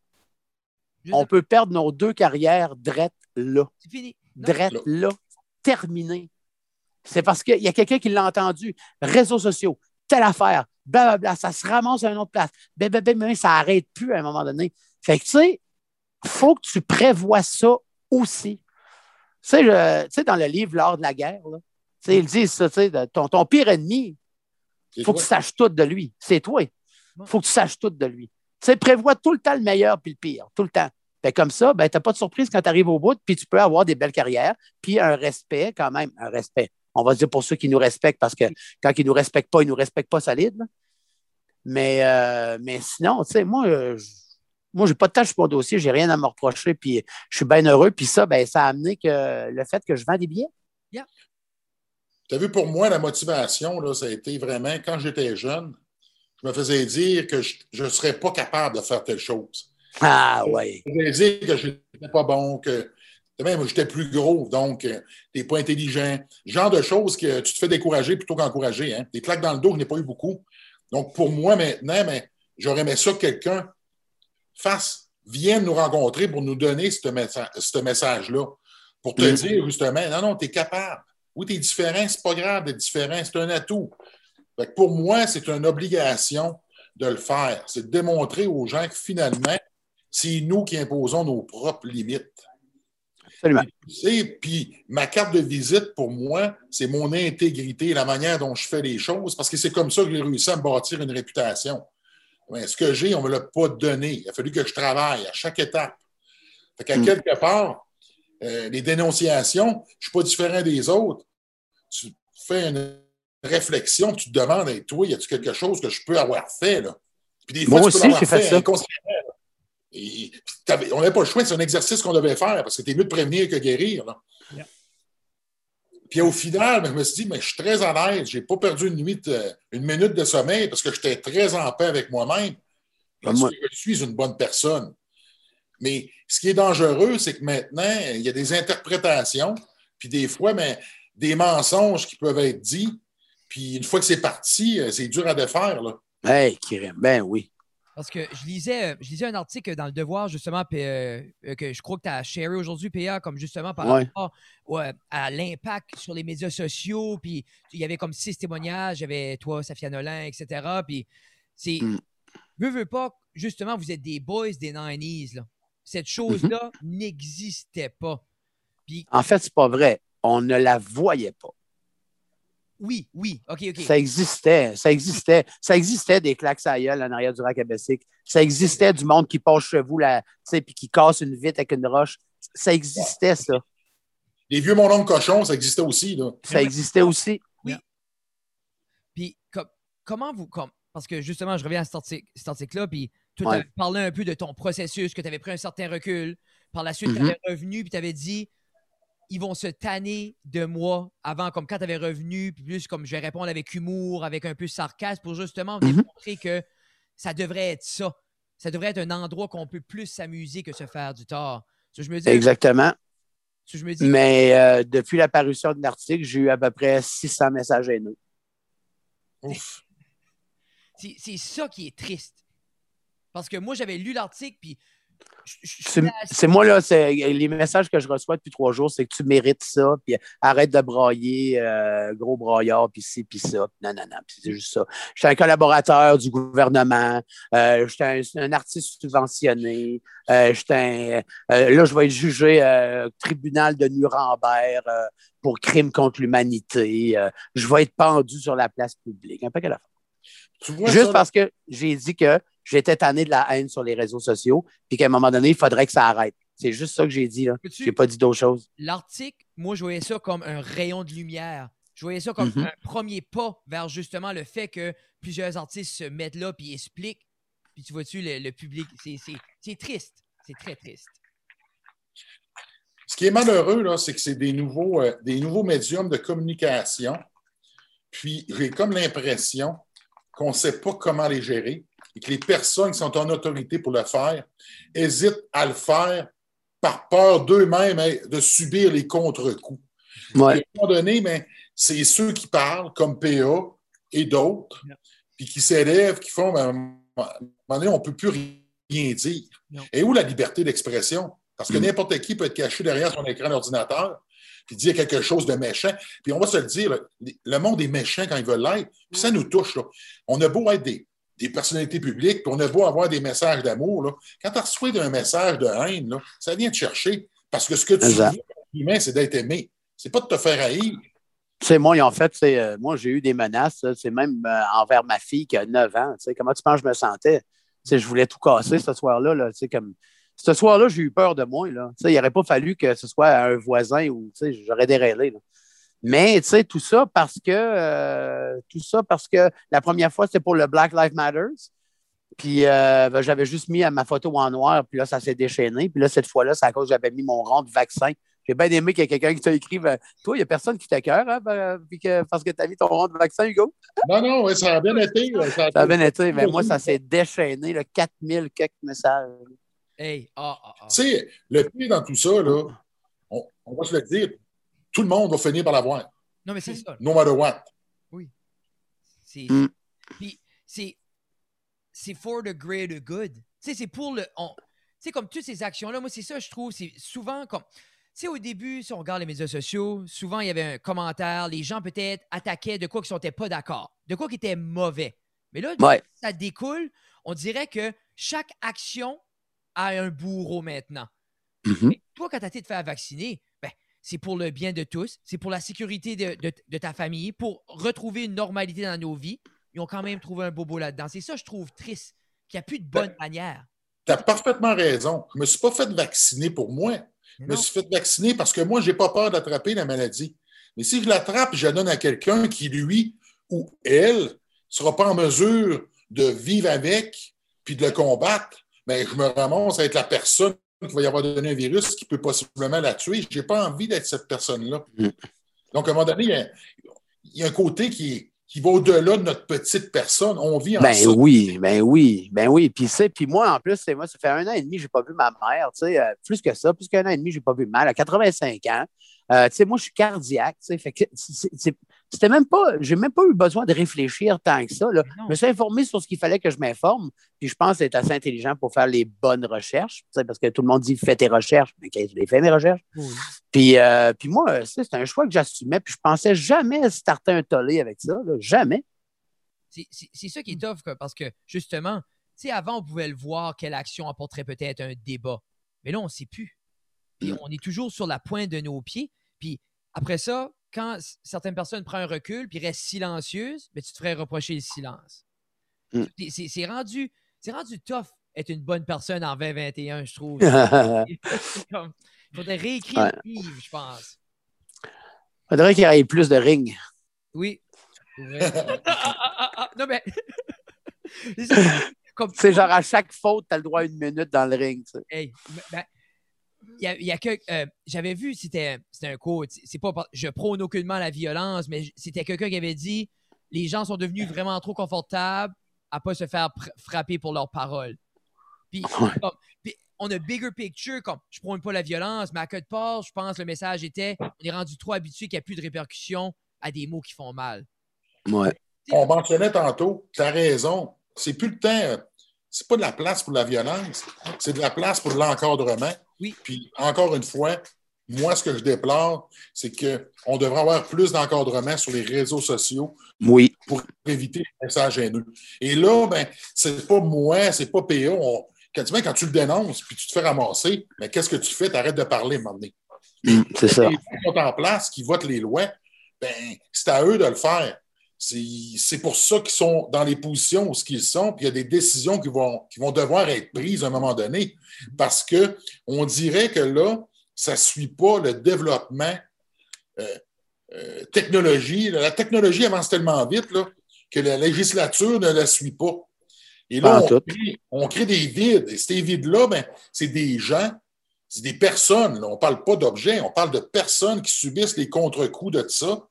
Je on peut perdre nos deux carrières drettes là. C'est fini. Drette là, terminé. C'est parce qu'il y a quelqu'un qui l'a entendu. Réseaux sociaux, telle affaire, blablabla, ça se ramasse à une autre place. Blablabla, ça n'arrête plus à un moment donné. Fait que, tu sais, il faut que tu prévois ça aussi. Tu sais, je, tu sais dans le livre L'art de la guerre, là, tu sais, ils disent ça, tu sais, ton, ton pire ennemi, il faut que tu saches tout de lui. C'est toi. Il faut que tu saches tout de lui. Tu sais, prévois tout le temps le meilleur puis le pire, tout le temps. Bien, comme ça, ben, tu n'as pas de surprise quand tu arrives au bout, puis tu peux avoir des belles carrières, puis un respect quand même, un respect. On va dire pour ceux qui nous respectent, parce que quand ils ne nous respectent pas, ils ne nous respectent pas solide. Là. Mais, euh, mais sinon, tu sais, moi, euh, je, moi, j'ai pas de tâche sur mon dossier, j'ai rien à me reprocher, puis je suis bien heureux, puis ça, ben, ça a amené que le fait que je vends des billets. Yeah. Tu as vu, pour moi, la motivation, là, ça a été vraiment, quand j'étais jeune, je me faisais dire que je ne serais pas capable de faire telle chose. Ah, oui. Je me dire que je n'étais pas bon, que même j'étais plus gros, donc tu n'es pas intelligent. Genre de choses que tu te fais décourager plutôt qu'encourager. Hein? Des claques dans le dos, je n'ai pas eu beaucoup. Donc, pour moi, maintenant, mais, j'aurais aimé ça que quelqu'un fasse, vienne nous rencontrer pour nous donner ce messa- message-là. Pour te mmh. dire, justement, non, non, tu es capable. Oui, tu es différent, c'est pas grave d'être différent, c'est un atout. Fait que pour moi, c'est une obligation de le faire. C'est de démontrer aux gens que finalement, c'est nous qui imposons nos propres limites. Absolument. Et puis, ma carte de visite, pour moi, c'est mon intégrité, la manière dont je fais les choses, parce que c'est comme ça que j'ai réussi à me bâtir une réputation. Mais ce que j'ai, on ne me l'a pas donné. Il a fallu que je travaille à chaque étape. Fait qu'à mm. quelque part, euh, les dénonciations, je ne suis pas différent des autres. Tu fais une réflexion, tu te demandes, hey, toi, y a-t-il quelque chose que je peux avoir fait? Là? Puis des fois, moi tu aussi, peux j'ai fait ça. Et, on n'avait pas le choix, c'est un exercice qu'on devait faire parce que t'es mieux de prévenir que guérir. Là. Yeah. Puis au final, ben, je me suis dit, mais je suis très à l'aise, je n'ai pas perdu une nuit, de, une minute de sommeil parce que j'étais très en paix avec moi-même. Parce moi. que je suis une bonne personne. Mais ce qui est dangereux, c'est que maintenant, il y a des interprétations, puis des fois, ben, des mensonges qui peuvent être dits, puis une fois que c'est parti, c'est dur à défaire. Là. Hey, Kirim, ben oui. Parce que je lisais, je lisais un article dans Le Devoir, justement, euh, que je crois que tu as sharé aujourd'hui, P A, comme justement par ouais. rapport ouais, à l'impact sur les médias sociaux. Puis il y avait comme six témoignages, il y avait toi, Safia Nolin, et cetera. Puis c'est. Mm. Veux, veux pas, justement, vous êtes des boys des nineties. Là. Cette chose-là mm-hmm. n'existait pas. Puis, en fait, c'est pas vrai. On ne la voyait pas. Oui, oui, OK, OK. Ça existait, ça existait. Ça existait des claques à gueule en arrière du rack à Bessic. Ça existait du monde qui passe chez vous là, puis qui casse une vitre avec une roche. Ça existait, ça. Les vieux mon oncle cochon, ça existait aussi. Là. Ça existait aussi. Oui. Puis, com- comment vous... Com- parce que justement, je reviens à cet article, cet article-là, puis tu Ouais. as parlé un peu de ton processus, que tu avais pris un certain recul. Par la suite, Mhm. tu avais revenu, puis tu avais dit, ils vont se tanner de moi avant, comme quand tu avais revenu, puis plus comme je vais répondre avec humour, avec un peu sarcasme, pour justement Mhm. démontrer que ça devrait être ça. Ça devrait être un endroit qu'on peut plus s'amuser que se faire du tort. So, je me dis, Exactement. so, je me dis, Mais euh, depuis la parution de l'article, j'ai eu à peu près six cents messages haineux. Ouf. c'est, c'est ça qui est triste. Parce que moi, j'avais lu l'article, puis je- je- je suis C'est, assez- c'est moi, là, c'est, les messages que je reçois depuis trois jours, c'est que tu mérites ça, puis arrête de brailler, euh, gros braillard, puis ci, puis ça. Non, non, non, puis c'est juste ça. Je suis un collaborateur du gouvernement, euh, je suis un, un artiste subventionné, euh, je suis un, euh, là, je vais être jugé euh, au tribunal de Nuremberg euh, pour crime contre l'humanité. Euh, je vais être pendu sur la place publique. Un paquet d'affaires. Tu vois Juste ça, parce que j'ai dit que j'étais tanné de la haine sur les réseaux sociaux, puis qu'à un moment donné, il faudrait que ça arrête. C'est juste ça que j'ai dit. Là. Peux-tu- J'ai pas dit d'autre chose. L'article, moi, je voyais ça comme un rayon de lumière. Je voyais ça comme Mhm. un premier pas vers justement le fait que plusieurs artistes se mettent là puis expliquent. Puis tu vois-tu, le, le public, c'est, c'est, c'est triste. C'est très triste. Ce qui est malheureux, là, c'est que c'est des nouveaux, euh, des nouveaux médiums de communication. Puis j'ai comme l'impression qu'on ne sait pas comment les gérer et que les personnes qui sont en autorité pour le faire hésitent à le faire par peur d'eux-mêmes hein, de subir les contre-coups. Ouais. Puis à un moment donné, mais c'est ceux qui parlent, comme P A et d'autres, Non. puis qui s'élèvent, qui font, ben, à un moment donné, on ne peut plus rien dire. Non. Et où la liberté d'expression? Parce que Mm. n'importe qui peut être caché derrière son écran d'ordinateur puis dire quelque chose de méchant. Puis on va se le dire, le, le monde est méchant quand ils veulent l'être, puis ça nous touche. Là. On a beau être des, des personnalités publiques, puis on a beau avoir des messages d'amour. Là. Quand tu reçois un message de haine, là, ça vient te chercher. Parce que ce que tu Exact. veux, humain, c'est d'être aimé. C'est pas de te faire haïr. Tu sais, moi, en fait, c'est, euh, moi, j'ai eu des menaces. C'est même euh, envers ma fille qui a neuf ans. Tu sais, comment tu penses que je me sentais? Tu sais, je voulais tout casser ce soir-là. Là, tu sais, comme... Ce soir-là, j'ai eu peur de moi. Là. Tu sais, il n'aurait pas fallu que ce soit un voisin ou tu sais, j'aurais déraillé. Là. Mais tu sais, tout ça parce que euh, tout ça parce que la première fois, c'était pour le Black Lives Matter. Puis euh, ben, j'avais juste mis ma photo en noir, puis là, ça s'est déchaîné. Puis là, cette fois-là, c'est à cause que j'avais mis mon rond de vaccin. J'ai bien aimé qu'il y ait quelqu'un qui t'a écrit ben, toi, il n'y a personne qui t'écoeure hein, ben, puis que, parce que tu as mis ton rond de vaccin, Hugo. Non, non, ouais, ça a bien été. Ça a, ça a bien été. Mais moi, ça s'est déchaîné, là, quatre mille quelques messages. Hey, ah, ah, ah. Tu sais, le pire dans tout ça, là, on, on va se le dire, tout le monde va finir par l'avoir. Non, mais c'est ça. No matter what. Oui. C'est, Mm. puis c'est, c'est for the greater good. Tu sais, c'est pour le... Tu sais, comme toutes ces actions-là, moi, c'est ça, je trouve, c'est souvent comme... Tu sais, au début, si on regarde les médias sociaux, souvent, il y avait un commentaire, les gens peut-être attaquaient de quoi qu'ils n'étaient pas d'accord, de quoi qui était mauvais. Mais là, Ouais. ça découle, on dirait que chaque action a un bourreau maintenant. Mm-hmm. Mais toi, quand tu as été te faire vacciner, ben, c'est pour le bien de tous, c'est pour la sécurité de, de, de ta famille, pour retrouver une normalité dans nos vies. Ils ont quand même trouvé un bobo là-dedans. C'est ça, je trouve triste, qu'il n'y a plus de bonne ben, manière. Tu as parfaitement raison. Je ne me suis pas fait vacciner pour moi. Je me suis fait vacciner parce que moi, je n'ai pas peur d'attraper la maladie. Mais si je l'attrape, je la donne à quelqu'un qui, lui ou elle, ne sera pas en mesure de vivre avec puis de le combattre, bien, je me ramasse à être la personne qui va y avoir donné un virus qui peut possiblement la tuer. Je n'ai pas envie d'être cette personne-là. Mm. Donc, à un moment donné, il y a, il y a un côté qui est qui va au-delà de notre petite personne. On vit en ben ça. oui, ben oui, ben oui. Puis, puis moi, en plus, moi, ça fait un an et demi que je n'ai pas vu ma mère. Euh, plus que ça, plus qu'un an et demi, je n'ai pas vu ma mère. À quatre-vingt-cinq ans, euh, moi, je suis cardiaque. Fait que c'est, c'est, c'était même pas, j'ai même pas eu besoin de réfléchir tant que ça. Là. Je me suis informé sur ce qu'il fallait que je m'informe. Puis je pense être assez intelligent pour faire les bonnes recherches. Parce que tout le monde dit fais tes recherches. Mais qu'est-ce que j'ai fait mes recherches? Oui. Puis, euh, puis moi, c'est un choix que j'assumais. Puis je pensais jamais starter un tollé avec ça. Là. Jamais. C'est, c'est, c'est ça qui est tough, parce que justement, tu sais, avant, on pouvait le voir quelle action apporterait peut-être un débat. Mais là, on ne sait plus. Puis on est toujours sur la pointe de nos pieds. Puis après ça, quand certaines personnes prennent un recul puis restent silencieuses, ben, tu te ferais reprocher le silence. Mm. C'est, c'est, rendu, c'est rendu tough être une bonne personne en vingt vingt et un, je trouve. Comme, il faudrait réécrire ouais. le livre, je pense. Il faudrait qu'il y ait plus de rings. Oui. ah, ah, ah, ah, non, mais... Comme... C'est genre à chaque faute, tu as le droit à une minute dans le ring. Tu sais. Hey, ben, il y a, il y a que euh, j'avais vu, c'était, c'était un quote. C'est pas, je prône aucunement la violence, mais c'était quelqu'un qui avait dit les gens sont devenus vraiment trop confortables à pas se faire pr- frapper pour leurs paroles. Puis, ouais. comme, puis on a bigger picture, comme je prône pas la violence, mais à quelque part, je pense que le message était on est rendu trop habitué qu'il n'y a plus de répercussions à des mots qui font mal. Ouais. On mentionnait tantôt, tu as raison. C'est plus le temps. C'est pas de la place pour la violence, c'est de la place pour l'encadrement. Oui. Puis, encore une fois, moi, ce que je déplore, c'est qu'on devrait avoir plus d'encadrement sur les réseaux sociaux oui. pour éviter les messages haineux. Et là, ben, c'est pas moi, c'est pas P A. On, quand, tu, quand tu le dénonces puis tu te fais ramasser, ben, qu'est-ce que tu fais? Tu arrêtes de parler à un moment donné. Mmh, c'est ça. Les gens qui sont en place, qui votent les lois, ben, c'est à eux de le faire. C'est, c'est pour ça qu'ils sont dans les positions où ils sont, puis il y a des décisions qui vont, qui vont devoir être prises à un moment donné, parce qu'on dirait que là, ça ne suit pas le développement euh, euh, technologie. La technologie avance tellement vite là, que la législature ne la suit pas. Et là, on crée, on crée des vides. Et ces vides-là, ben, c'est des gens, c'est des personnes. Là. On ne parle pas d'objets, on parle de personnes qui subissent les contre-coups de ça.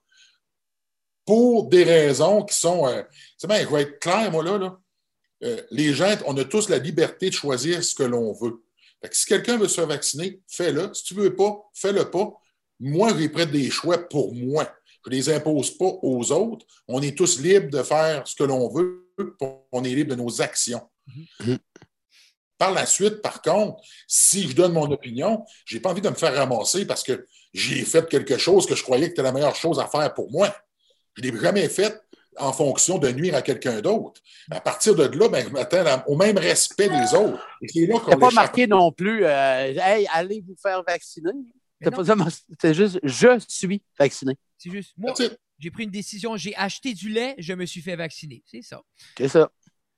Pour des raisons qui sont... Euh, c'est bien, je vais être clair, moi, là. là. Euh, les gens, on a tous la liberté de choisir ce que l'on veut. Fait que si quelqu'un veut se faire vacciner, fais-le. Si tu ne veux pas, fais-le pas. Moi, j'ai pris des choix pour moi. Je ne les impose pas aux autres. On est tous libres de faire ce que l'on veut. On est libre de nos actions. Mm-hmm. Par la suite, par contre, si je donne mon opinion, je n'ai pas envie de me faire ramasser parce que j'ai fait quelque chose que je croyais que c'était la meilleure chose à faire pour moi. Je ne l'ai jamais fait en fonction de nuire à quelqu'un d'autre. À partir de là, ben, je m'attends au même respect des autres. Tu n'as pas marqué non plus euh, hey, allez vous faire vacciner. C'est, pas ça, c'est juste je suis vacciné. C'est juste moi, j'ai pris une décision, j'ai acheté du lait, je me suis fait vacciner. C'est ça. C'est ça.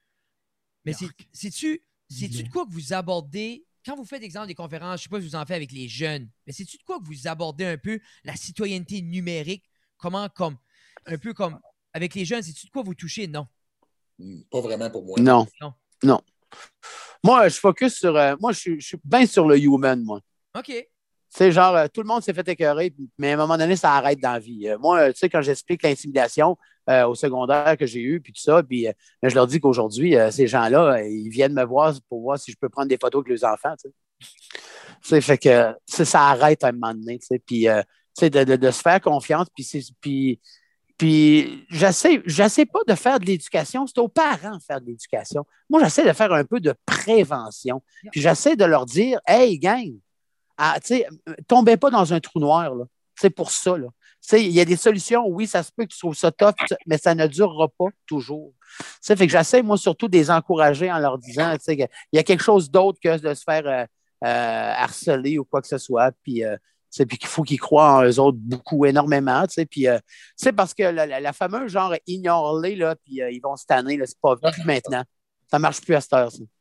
Mais c'est, c'est-tu, c'est-tu de quoi que vous abordez quand vous faites, exemple, des conférences, je ne sais pas si vous en faites avec les jeunes, mais c'est-tu de quoi que vous abordez un peu la citoyenneté numérique? Comment, comme un peu comme avec les jeunes, c'est-tu de quoi vous touchez? Non. Pas vraiment pour moi. Non. Non. non. Moi, je focus sur. Euh, moi, je suis, je suis bien sur le human, moi. OK. C'est genre, euh, tout le monde s'est fait écœurer, mais à un moment donné, ça arrête dans la vie. Euh, moi, tu sais, quand j'explique l'intimidation euh, au secondaire que j'ai eu, puis tout ça, puis euh, je leur dis qu'aujourd'hui, euh, ces gens-là, euh, ils viennent me voir pour voir si je peux prendre des photos avec leurs enfants, tu sais. Tu sais, fait que ça arrête à un moment donné, tu sais. Puis, euh, tu sais, de, de, de se faire confiance, puis c'est. Puis, Puis, j'essaie, j'essaie pas de faire de l'éducation, c'est aux parents de faire de l'éducation. Moi, j'essaie de faire un peu de prévention. Puis, j'essaie de leur dire, hey, gang, ah, tombez pas dans un trou noir, là. C'est pour ça, là. Il y a des solutions, oui, ça se peut que tu trouves ça tough, mais ça ne durera pas toujours. T'sais, fait que j'essaie, moi, surtout de les encourager en leur disant qu'il y a quelque chose d'autre que de se faire euh, euh, harceler ou quoi que ce soit. Puis, euh, puis qu'il faut qu'ils croient en eux autres beaucoup, énormément. Puis, euh, c'est parce que la, la, la fameuse genre ignore-les, là, puis euh, ils vont se tanner, là, c'est pas plus maintenant. Ça marche plus à cette heure, ça.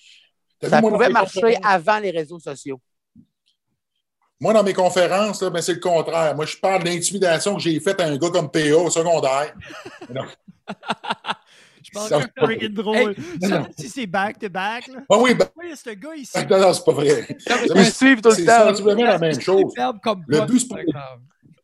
Ça pouvait marcher avant les réseaux sociaux. Moi, dans mes conférences, là, ben, c'est le contraire. Moi, je parle de l'intimidation que j'ai faite à un gars comme P A au secondaire. Je pense que c'est freaking drôle. Hey, ça, si c'est back-to-back, là. Ah oui, ben, oui, ce gars ici. Non, non, c'est pas vrai. Ils suivent tout le temps. C'est sensiblement la même chose. Le but, c'est pas...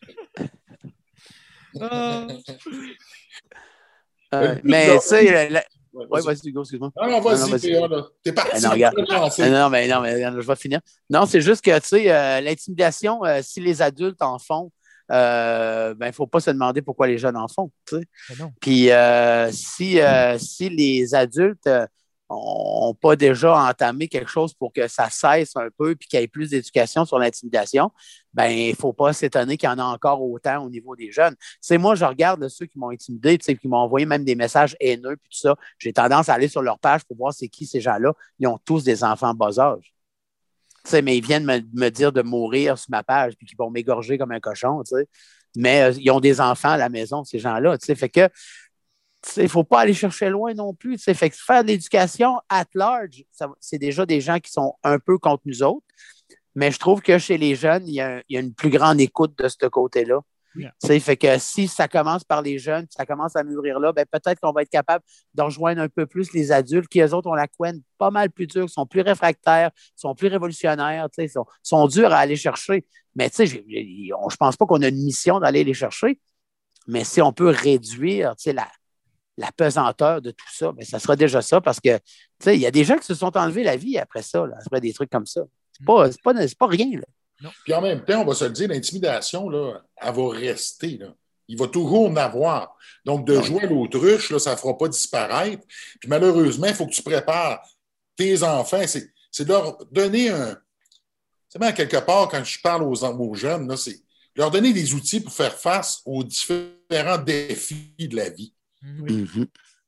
euh, mais, tu sais... La... Oui, vas-y, vas-y, Hugo, excuse-moi. Non, non, vas-y, non, vas-y. P A, là. T'es parti. Non, regarde. non, mais, non, mais je vais finir. Non, c'est juste que, tu sais, euh, l'intimidation, euh, si les adultes en font, euh, ben, il ne faut pas se demander pourquoi les jeunes en font. Puis euh, si, euh, si les adultes n'ont pas déjà entamé quelque chose pour que ça cesse un peu puis qu'il y ait plus d'éducation sur l'intimidation, ben il ne faut pas s'étonner qu'il y en a encore autant au niveau des jeunes. T'sais, moi, je regarde là, ceux qui m'ont intimidé, qui m'ont envoyé même des messages haineux puis tout ça. J'ai tendance à aller sur leur page pour voir c'est qui ces gens-là. Ils ont tous des enfants bas âge. T'sais, mais ils viennent me, me dire de mourir sur ma page puis qu'ils vont m'égorger comme un cochon. T'sais. Mais euh, ils ont des enfants à la maison, ces gens-là. T'sais. Fait que il ne faut pas aller chercher loin non plus. T'sais. Fait que faire de l'éducation at large, ça, c'est déjà des gens qui sont un peu contre nous autres. Mais je trouve que chez les jeunes, il y a, il y a une plus grande écoute de ce côté-là. Oui. Fait que si ça commence par les jeunes, ça commence à mûrir là, ben peut-être qu'on va être capable de rejoindre un peu plus les adultes qui, eux autres, ont la couenne pas mal plus dure, sont plus réfractaires, sont plus révolutionnaires, sont, sont durs à aller chercher. Mais tu sais, je ne pense pas qu'on a une mission d'aller les chercher. Mais si on peut réduire la, la pesanteur de tout ça, bien, ça sera déjà ça parce que il y a des gens qui se sont enlevés la vie après ça, là, après des trucs comme ça. C'est pas, c'est pas, c'est pas rien. Là. Non. Puis en même temps, on va se le dire, l'intimidation, là, elle va rester. Là. Il va toujours en avoir. Donc, de non. jouer à l'autruche, là, ça ne fera pas disparaître. Puis malheureusement, il faut que tu prépares tes enfants. C'est, c'est de leur donner un. C'est bien, quelque part, quand je parle aux, aux jeunes, là, c'est leur donner des outils pour faire face aux différents défis de la vie. Mm-hmm.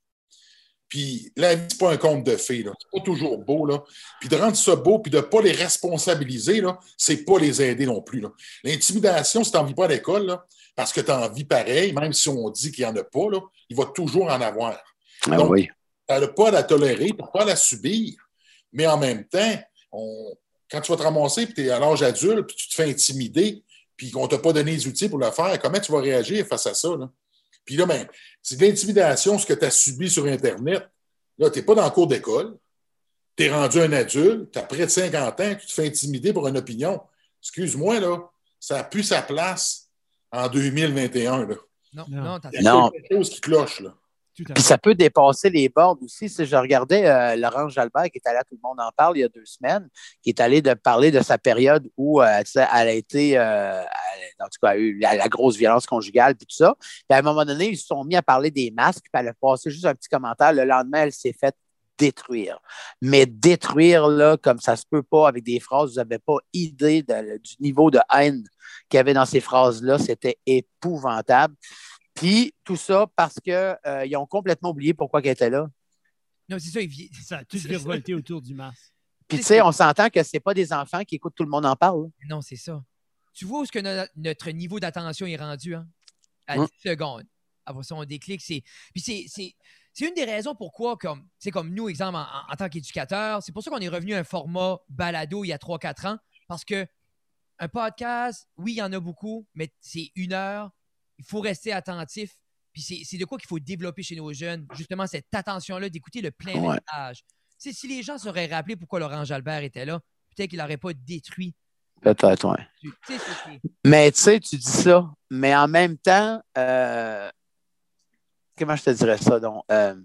Puis la vie, c'est pas un conte de fées, là. C'est pas toujours beau, là. Puis de rendre ça beau, puis de ne pas les responsabiliser, là, c'est pas les aider non plus, là. L'intimidation, si tu n'en vis pas à l'école, là, parce que tu en vis pareil, même si on dit qu'il n'y en a pas, là, il va toujours en avoir. Ah, donc, oui. tu n'as pas à la tolérer, tu n'as pas à la subir, mais en même temps, on... quand tu vas te ramasser, puis tu es à l'âge adulte, puis tu te fais intimider, puis qu'on ne t'a pas donné les outils pour le faire, comment tu vas réagir face à ça, là? Puis là, ben, c'est de l'intimidation, ce que tu as subi sur Internet. Là, tu n'es pas dans le cours d'école. Tu es rendu un adulte. Tu as près de cinquante ans. Tu te fais intimider pour une opinion. Excuse-moi, là. Ça n'a plus sa place en deux mille vingt et un. Là. Non, non, il y a quelque chose qui cloche, là. Puis ça peut dépasser les bornes aussi. Si je regardais euh, Laurence Jalbert, qui est allée à Tout le monde en parle il y a deux semaines, qui est allée de parler de sa période où euh, elle a été, euh, elle, en tout cas, eu la, la grosse violence conjugale, puis tout ça. Puis à un moment donné, ils se sont mis à parler des masques, puis elle a passé juste un petit commentaire. Le lendemain, elle s'est faite détruire. Mais détruire, là, comme ça se peut pas, avec des phrases, vous n'avez pas idée de, du niveau de haine qu'il y avait dans ces phrases-là. C'était épouvantable. Puis, tout ça parce qu'ils euh, ont complètement oublié pourquoi ils étaient là. Non, c'est ça. Il... Ça a tout virevolté autour du masque. Puis, tu sais, on s'entend que c'est pas des enfants qui écoutent Tout le monde en parle. Non, c'est ça. Tu vois où est-ce que no- notre niveau d'attention est rendu, hein? À hum. dix secondes. Après ça, on déclic. C'est... Puis, c'est, c'est, c'est une des raisons pourquoi, comme, comme nous, exemple, en, en tant qu'éducateurs, c'est pour ça qu'on est revenu à un format balado il y a trois quatre ans. Parce que un podcast, oui, il y en a beaucoup, mais c'est une heure. Il faut rester attentif. Puis c'est, c'est de quoi qu'il faut développer chez nos jeunes, justement, cette attention-là d'écouter le plein ouais. message. Tu sais, si les gens s'auraient rappelé pourquoi Laurent Jalbert était là, peut-être qu'il n'aurait pas détruit. Peut-être, oui. Tu sais, c'est, c'est... Mais tu sais, tu dis ça, mais en même temps, euh... comment je te dirais ça? Donc, euh...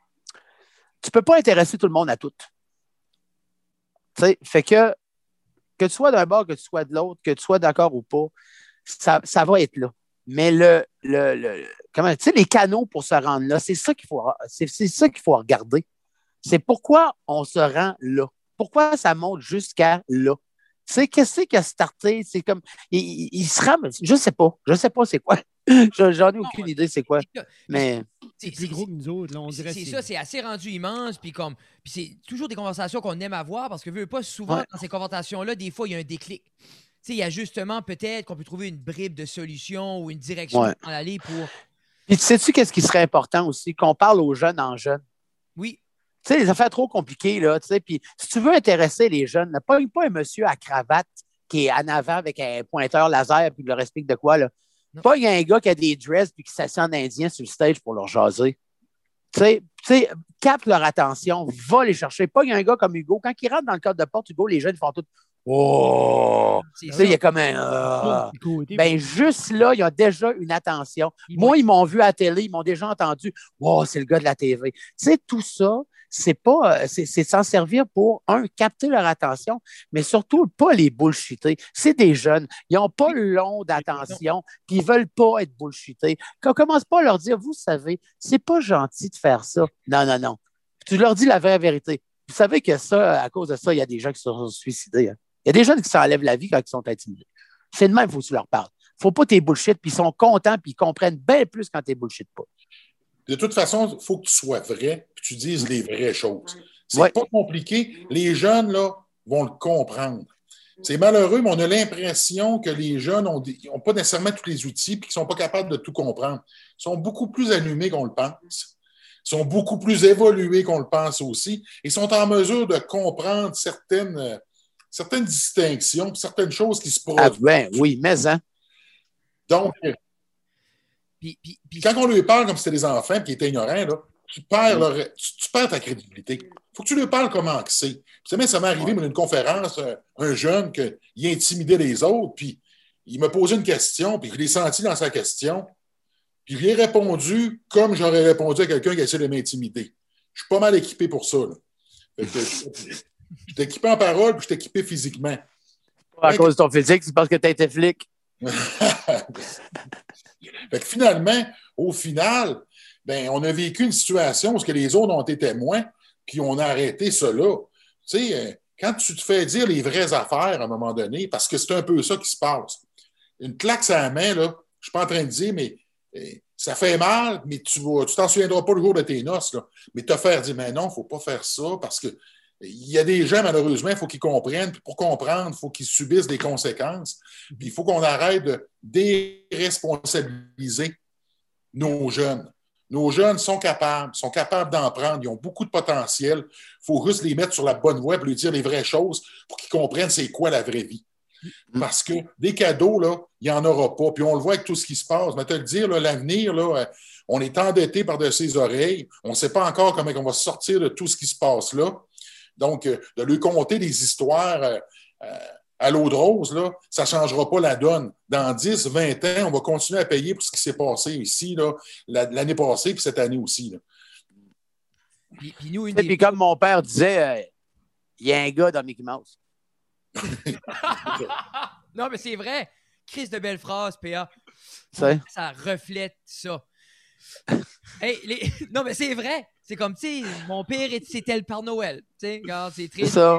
tu ne peux pas intéresser tout le monde à tout. Tu sais, fait que que tu sois d'un bord, que tu sois de l'autre, que tu sois d'accord ou pas, ça, ça va être là. Mais le, le, le comment, tu sais, les canaux pour se rendre là, c'est ça qu'il faut, c'est, c'est ça qu'il faut regarder. C'est pourquoi on se rend là. Pourquoi ça monte jusqu'à là. Tu sais, qu'est-ce qui a starté? C'est comme, il, il, il se rend, je ne sais pas. Je ne sais pas c'est quoi. J'en ai aucune non, idée c'est quoi. C'est, mais c'est, c'est plus gros que nous autres. Là, on dirait c'est, c'est ça, c'est assez rendu immense. Puis comme, puis c'est toujours des conversations qu'on aime avoir parce que, veux pas, souvent, ouais. dans ces conversations-là, des fois, il y a un déclic. Tu sais, il y a justement peut-être qu'on peut trouver une bribe de solution ou une direction ouais. dans l'aller pour. Puis tu sais-tu qu'est-ce qui serait important aussi? Qu'on parle aux jeunes en jeunes. Oui. Tu sais, les affaires trop compliquées, là, tu sais. Puis si tu veux intéresser les jeunes, pas, pas un monsieur à cravate qui est en avant avec un pointeur laser puis leur explique de quoi, là. Non. Pas il y a un gars qui a des dresses puis qui s'assied en indien sur le stage pour leur jaser. Tu sais, tu sais, capte leur attention, va les chercher. Pas il y a un gars comme Hugo. Quand il rentre dans le cadre de porte, Hugo, les jeunes font tout. Oh! Tu sais, il y a comme un. Euh... Ben, juste là, il y a déjà une attention. Ils Moi, ils m'ont vu à la télé, ils m'ont déjà entendu. Oh, c'est le gars de la T V. Tu sais, tout ça, c'est pas. C'est, c'est s'en servir pour, un, capter leur attention, mais surtout pas les bullshiter. C'est des jeunes. Ils n'ont pas le long d'attention, puis ils ne veulent pas être bullshités. Qu'on commence pas à leur dire, vous savez, c'est pas gentil de faire ça. Non, non, non. Tu leur dis la vraie vérité. Vous savez que ça, à cause de ça, il y a des gens qui se sont suicidés. Hein. Il y a des jeunes qui s'enlèvent la vie quand ils sont intimidés. C'est de même, il faut que tu leur parles. Il ne faut pas que tu bullshit, puis ils sont contents, puis ils comprennent bien plus quand tu bullshit pas. De toute façon, il faut que tu sois vrai, puis tu dises les vraies choses. C'est ouais. pas compliqué. Les jeunes, là, vont le comprendre. C'est malheureux, mais on a l'impression que les jeunes n'ont pas nécessairement tous les outils, puis qu'ils ne sont pas capables de tout comprendre. Ils sont beaucoup plus allumés qu'on le pense. Ils sont beaucoup plus évolués qu'on le pense aussi. Ils sont en mesure de comprendre certaines... Euh, certaines distinctions, certaines choses qui se produisent. Ah ben oui, mais hein. Donc, Puis, puis, puis, quand on lui parle comme si c'était des enfants et qu'ils étaient ignorants, là, tu, perds leur, tu, tu perds ta crédibilité. Il faut que tu lui parles comment que c'est. Vous savez, ça m'est arrivé ouais. dans une conférence, un, un jeune qui intimidait les autres, puis il m'a posé une question, puis je l'ai senti dans sa question, puis je lui ai répondu comme j'aurais répondu à quelqu'un qui essaie de m'intimider. Je suis pas mal équipé pour ça. Là. Fait que, je suis équipé en parole, puis je suis équipé physiquement. Pas à cause de ton physique, c'est parce que tu étais flic. Fait que finalement, au final, ben, on a vécu une situation où que les autres ont été témoins, puis on a arrêté cela. Tu sais, quand tu te fais dire les vraies affaires à un moment donné, parce que c'est un peu ça qui se passe. Une claque sur la main, là, je suis pas en train de dire, mais eh, ça fait mal, mais tu ne tu t'en souviendras pas le jour de tes noces. Là. Mais te faire dire, mais non, il ne faut pas faire ça, parce que il y a des gens, malheureusement, il faut qu'ils comprennent. Puis pour comprendre, il faut qu'ils subissent des conséquences. Puis il faut qu'on arrête de déresponsabiliser nos jeunes. Nos jeunes sont capables, sont capables d'en prendre. Ils ont beaucoup de potentiel. Il faut juste les mettre sur la bonne voie et leur dire les vraies choses pour qu'ils comprennent c'est quoi la vraie vie. Parce que des cadeaux, là, il n'y en aura pas. Puis on le voit avec tout ce qui se passe. Mais te le dire, là, l'avenir, là, on est endetté par-dessus ses oreilles. On ne sait pas encore comment on va sortir de tout ce qui se passe là. Donc, euh, de lui conter des histoires euh, euh, à l'eau de rose, là, ça ne changera pas la donne. Dans dix, vingt ans, on va continuer à payer pour ce qui s'est passé ici, là, l'année passée, puis cette année aussi. Là. Puis, puis, nous, une des... puis comme mon père disait, il euh, y a un gars dans Mickey Mouse. Non, mais c'est vrai. Chris de belle phrase, P A. C'est... Ça reflète ça. Hey, les... Non, mais c'est vrai. C'est comme, tu sais, mon père, c'était le Père Noël. Tu sais, regarde, c'est triste. C'est ça.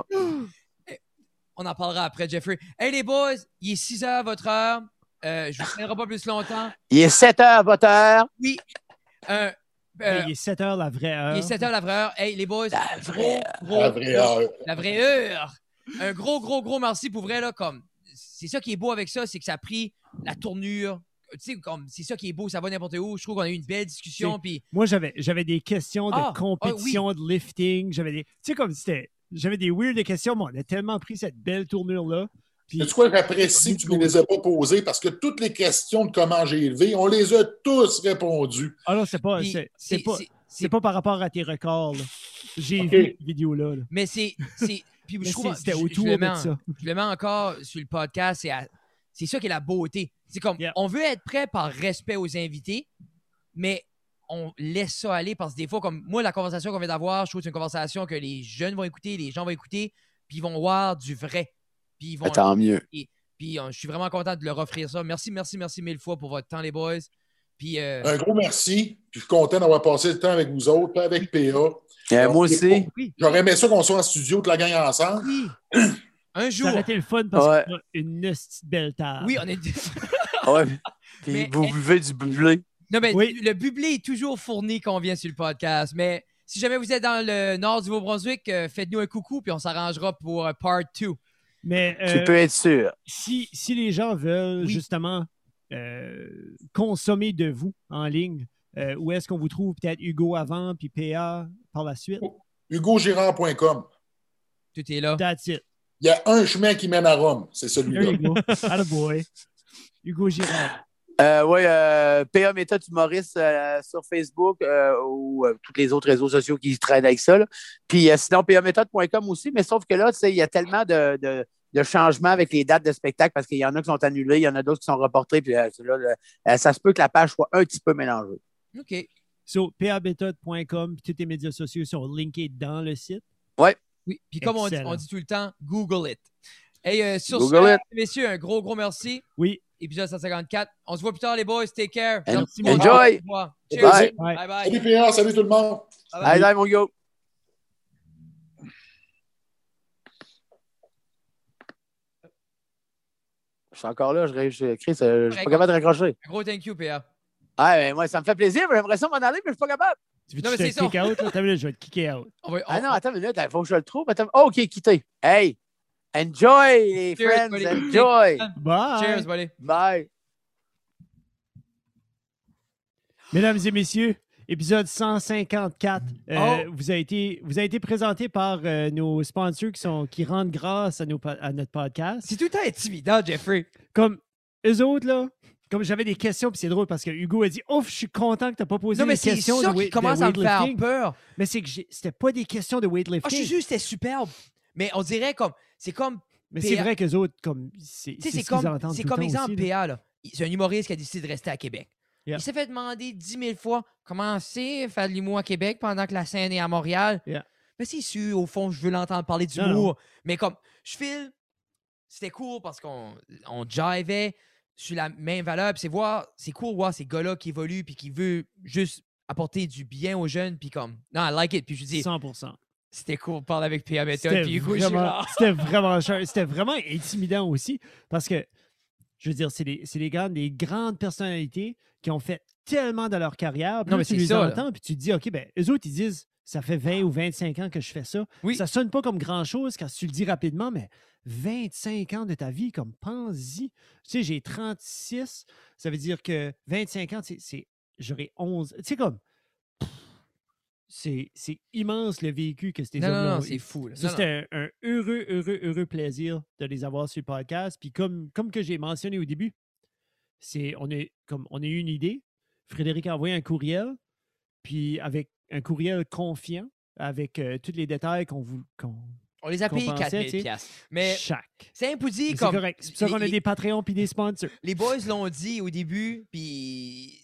On en parlera après, Jeffrey. Hey, les boys, il est six heures, votre heure. Euh, je ne vous tiendrai pas plus longtemps. Il est sept heures, votre heure. Oui. Euh, euh, il est sept heures, la vraie heure. Il est sept heures, la vraie heure. Hey, les boys, la vraie gros, gros, la vraie heure. La vraie heure. Un gros, gros, gros merci pour vrai, là, comme... C'est ça qui est beau avec ça, c'est que ça a pris la tournure. Tu sais, comme c'est ça qui est beau, ça va n'importe où. Je trouve qu'on a eu une belle discussion. Puis... Moi, j'avais, j'avais des questions de ah, compétition, ah, oui. de lifting. J'avais des. Tu sais, comme c'était. J'avais des weird questions, mais on a tellement pris cette belle tournure-là. Puis, c'est quoi j'apprécie que tu ne me les as pas posées parce que toutes les questions de comment j'ai élevé, on les a tous répondues. Ah non, c'est pas, puis, c'est, c'est, c'est, pas, c'est, c'est pas par rapport à tes records. Là. J'ai okay. vu cette vidéo-là. Là. Mais c'est. c'est puis je trouve, c'était autour je, je de mets, ça. Je le mets encore sur le podcast. C'est, à, c'est ça qui est la beauté. C'est comme, yeah. on veut être prêt par respect aux invités, mais on laisse ça aller parce que des fois, comme moi, la conversation qu'on vient d'avoir, je trouve que c'est une conversation que les jeunes vont écouter, les gens vont écouter, puis ils vont voir du vrai. Puis ils vont. Tant mieux. Et, puis euh, je suis vraiment content de leur offrir ça. Merci, merci, merci mille fois pour votre temps, les boys. Puis, euh... un gros merci. Puis je suis content d'avoir passé le temps avec vous autres, pas avec P A. Euh, moi aussi. Oui. J'aurais aimé ça qu'on soit en studio, toute la gang ensemble. Oui. Un jour. Ça aurait été le fun parce ouais. qu'on a une petite belle table. Oui, on est. Ouais. Puis mais, vous buvez du bublé. Non, mais oui. le bublé est toujours fourni quand on vient sur le podcast. Mais si jamais vous êtes dans le nord du Nouveau-Brunswick, euh, faites-nous un coucou puis on s'arrangera pour uh, part deux. Mais euh, tu peux être sûr. Si, si les gens veulent oui. justement euh, consommer de vous en ligne, euh, où est-ce qu'on vous trouve? Peut-être Hugo avant puis P A par la suite? hugo girard point com. Tout est là. That's it. Il y a un chemin qui mène à Rome, c'est celui-là. Attaboy. Hugo Girard. Euh, oui, euh, P A Méthode humoriste euh, sur Facebook euh, ou euh, tous les autres réseaux sociaux qui traînent avec ça. Là. Puis euh, sinon, P A méthode point com aussi, mais sauf que là, il y a tellement de, de, de changements avec les dates de spectacle parce qu'il y en a qui sont annulés, il y en a d'autres qui sont reportés, puis euh, là, là, ça se peut que la page soit un petit peu mélangée. OK. So, P A méthode point com, puis tous les médias sociaux sont linkés dans le site. Oui. Oui, puis comme on dit, on dit tout le temps, Google it. Hey, euh, sur Google ce, it. messieurs, un gros, gros merci. Oui. Épisode cent cinquante-quatre. On se voit plus tard, les boys. Take care. And, enjoy. Cheers. Bye. Bye. Bye bye. Salut P A, salut tout le monde. Bye bye, bye mon gars. Je suis encore là, je réussis. Chris, je suis pas capable de raccrocher. Un gros thank you, P A. Ah, mais moi, ça me fait plaisir, mais j'aimerais ça m'en aller, mais je suis pas capable. Tu veux que je te kick out? Là? Attends une minute, je vais te kicker out. On va, on... Ah non, attends une minute, il faut que je le trouve. Attends... Oh, OK, quitter. Hey, enjoy, les Cheers, friends, buddy. enjoy. Bye. Cheers, buddy. Bye. Mesdames et messieurs, épisode cent cinquante-quatre euh, oh. vous, a été, vous a été présenté par euh, nos sponsors qui, sont, qui rendent grâce à, nos, à notre podcast. C'est tout le temps intimidant, Jeffrey. Comme eux autres, là, comme j'avais des questions, puis c'est drôle parce que Hugo a dit « Ouf, je suis content que tu n'as pas posé non, mais des questions c'est ça de, qui commence de à me faire weightlifting. peur. » Mais c'est que c'était pas des questions de weightlifting. Ah, je suis sûr que c'était superbe. Mais on dirait comme... C'est comme... Mais P A... c'est vrai qu'eux autres, comme... C'est c'est comme, c'est comme exemple, P A, là. C'est un humoriste qui a décidé de rester à Québec. Yeah. Il s'est fait demander dix mille fois comment c'est faire de l'humour à Québec pendant que la scène est à Montréal. Yeah. Mais c'est sûr, au fond, je veux l'entendre parler d'humour. Mais comme, je file, c'était cool parce qu'on on jivait sur la même valeur. Puis c'est voir, c'est cool voir ces gars-là qui évoluent puis qui veulent juste apporter du bien aux jeunes. Puis comme, non, I like it. Puis je dis, cent pour cent. C'était cool de parler avec P A Méthode. C'était vraiment, c'était vraiment cher. C'était vraiment intimidant aussi parce que, je veux dire, c'est des, c'est des, grandes, des grandes personnalités qui ont fait tellement de leur carrière. Puis non, là, mais tu les ça, entends, puis tu te dis, OK, ben eux autres, ils disent, ça fait vingt ou vingt-cinq ans que je fais ça. Oui. Ça sonne pas comme grand-chose quand tu le dis rapidement, mais vingt-cinq ans de ta vie, comme pense-y. Tu sais, j'ai trente-six, ça veut dire que vingt-cinq ans, c'est, c'est, j'aurais onze. Tu sais, comme, c'est, c'est immense le vécu que ces hommes-là ont. Non, non, c'est fou. Là. Ça, c'était un, un heureux, heureux, heureux plaisir de les avoir sur le podcast. Puis comme, comme que j'ai mentionné au début, c'est, on, est, comme, on a eu une idée. Frédéric a envoyé un courriel, puis avec un courriel confiant, avec euh, tous les détails qu'on vous... Qu'on, on les a payés quatre mille dollars. Mais chaque. C'est impossible comme... C'est correct. C'est pour ça qu'on a les, des Patreons puis des sponsors. Les boys l'ont dit au début, puis...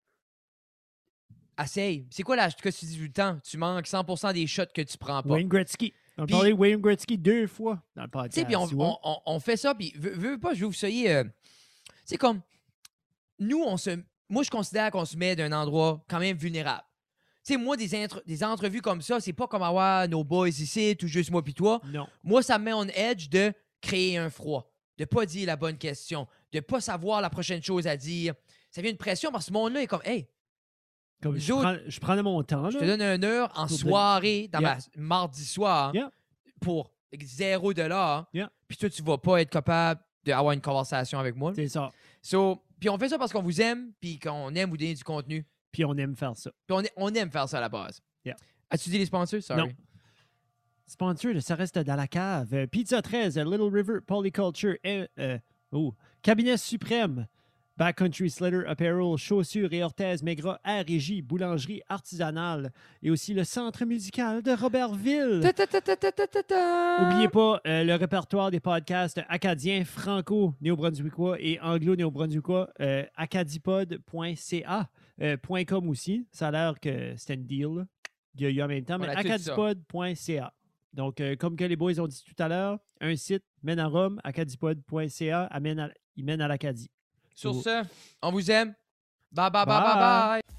Essaye. C'est quoi la que tu dis tout le temps? Tu manques cent pour cent des shots que tu prends pas. Wayne Gretzky. On a parlé de Wayne Gretzky deux fois dans le podcast. Tu sais, puis on, on, on, on fait ça, puis veux, veux pas, je veux que vous soyez... Euh, c'est comme... Nous, on se... Moi, je considère qu'on se met d'un endroit quand même vulnérable. Tu sais, moi, des, intre- des entrevues comme ça, c'est pas comme avoir nos boys ici, tout juste moi puis toi. Non. Moi, ça me met en edge de créer un froid, de pas dire la bonne question, de pas savoir la prochaine chose à dire. Ça vient une pression parce que ce monde-là est comme, hey, comme je, prends, je prends de mon temps. Là. Je te donne une heure en soirée, dans yeah. ma mardi soir, yeah. pour zéro dollar. Yeah. Puis toi, tu vas pas être capable d'avoir une conversation avec moi. C'est ça. So, puis on fait ça parce qu'on vous aime, puis qu'on aime vous donner du contenu. Puis on aime faire ça. Puis on, on aime faire ça à la base. Yeah. As-tu dit les sponsors? Sorry. Non. Sponsor, ça reste dans la cave. Pizza treize, Little River Polyculture, euh, euh, oh, Cabinet Suprême, Backcountry Slider Apparel, Chaussures et Orthèse Maigrat à Régie, Boulangerie Artisanale et aussi le Centre musical de Robertville. N'oubliez pas euh, le répertoire des podcasts acadiens, franco-néo-brunswickois et anglo-néo-brunswickois, euh, acadipod point c a, euh, .com aussi. Ça a l'air que c'était une deal. Il y a eu en même temps, mais acadipod point c a. Donc, euh, comme que les boys ont dit tout à l'heure, un site mène à Rome, acadipod point c a, amène à, il mène à l'Acadie. Sur ce, on vous aime. Bye bye bye bye bye. bye.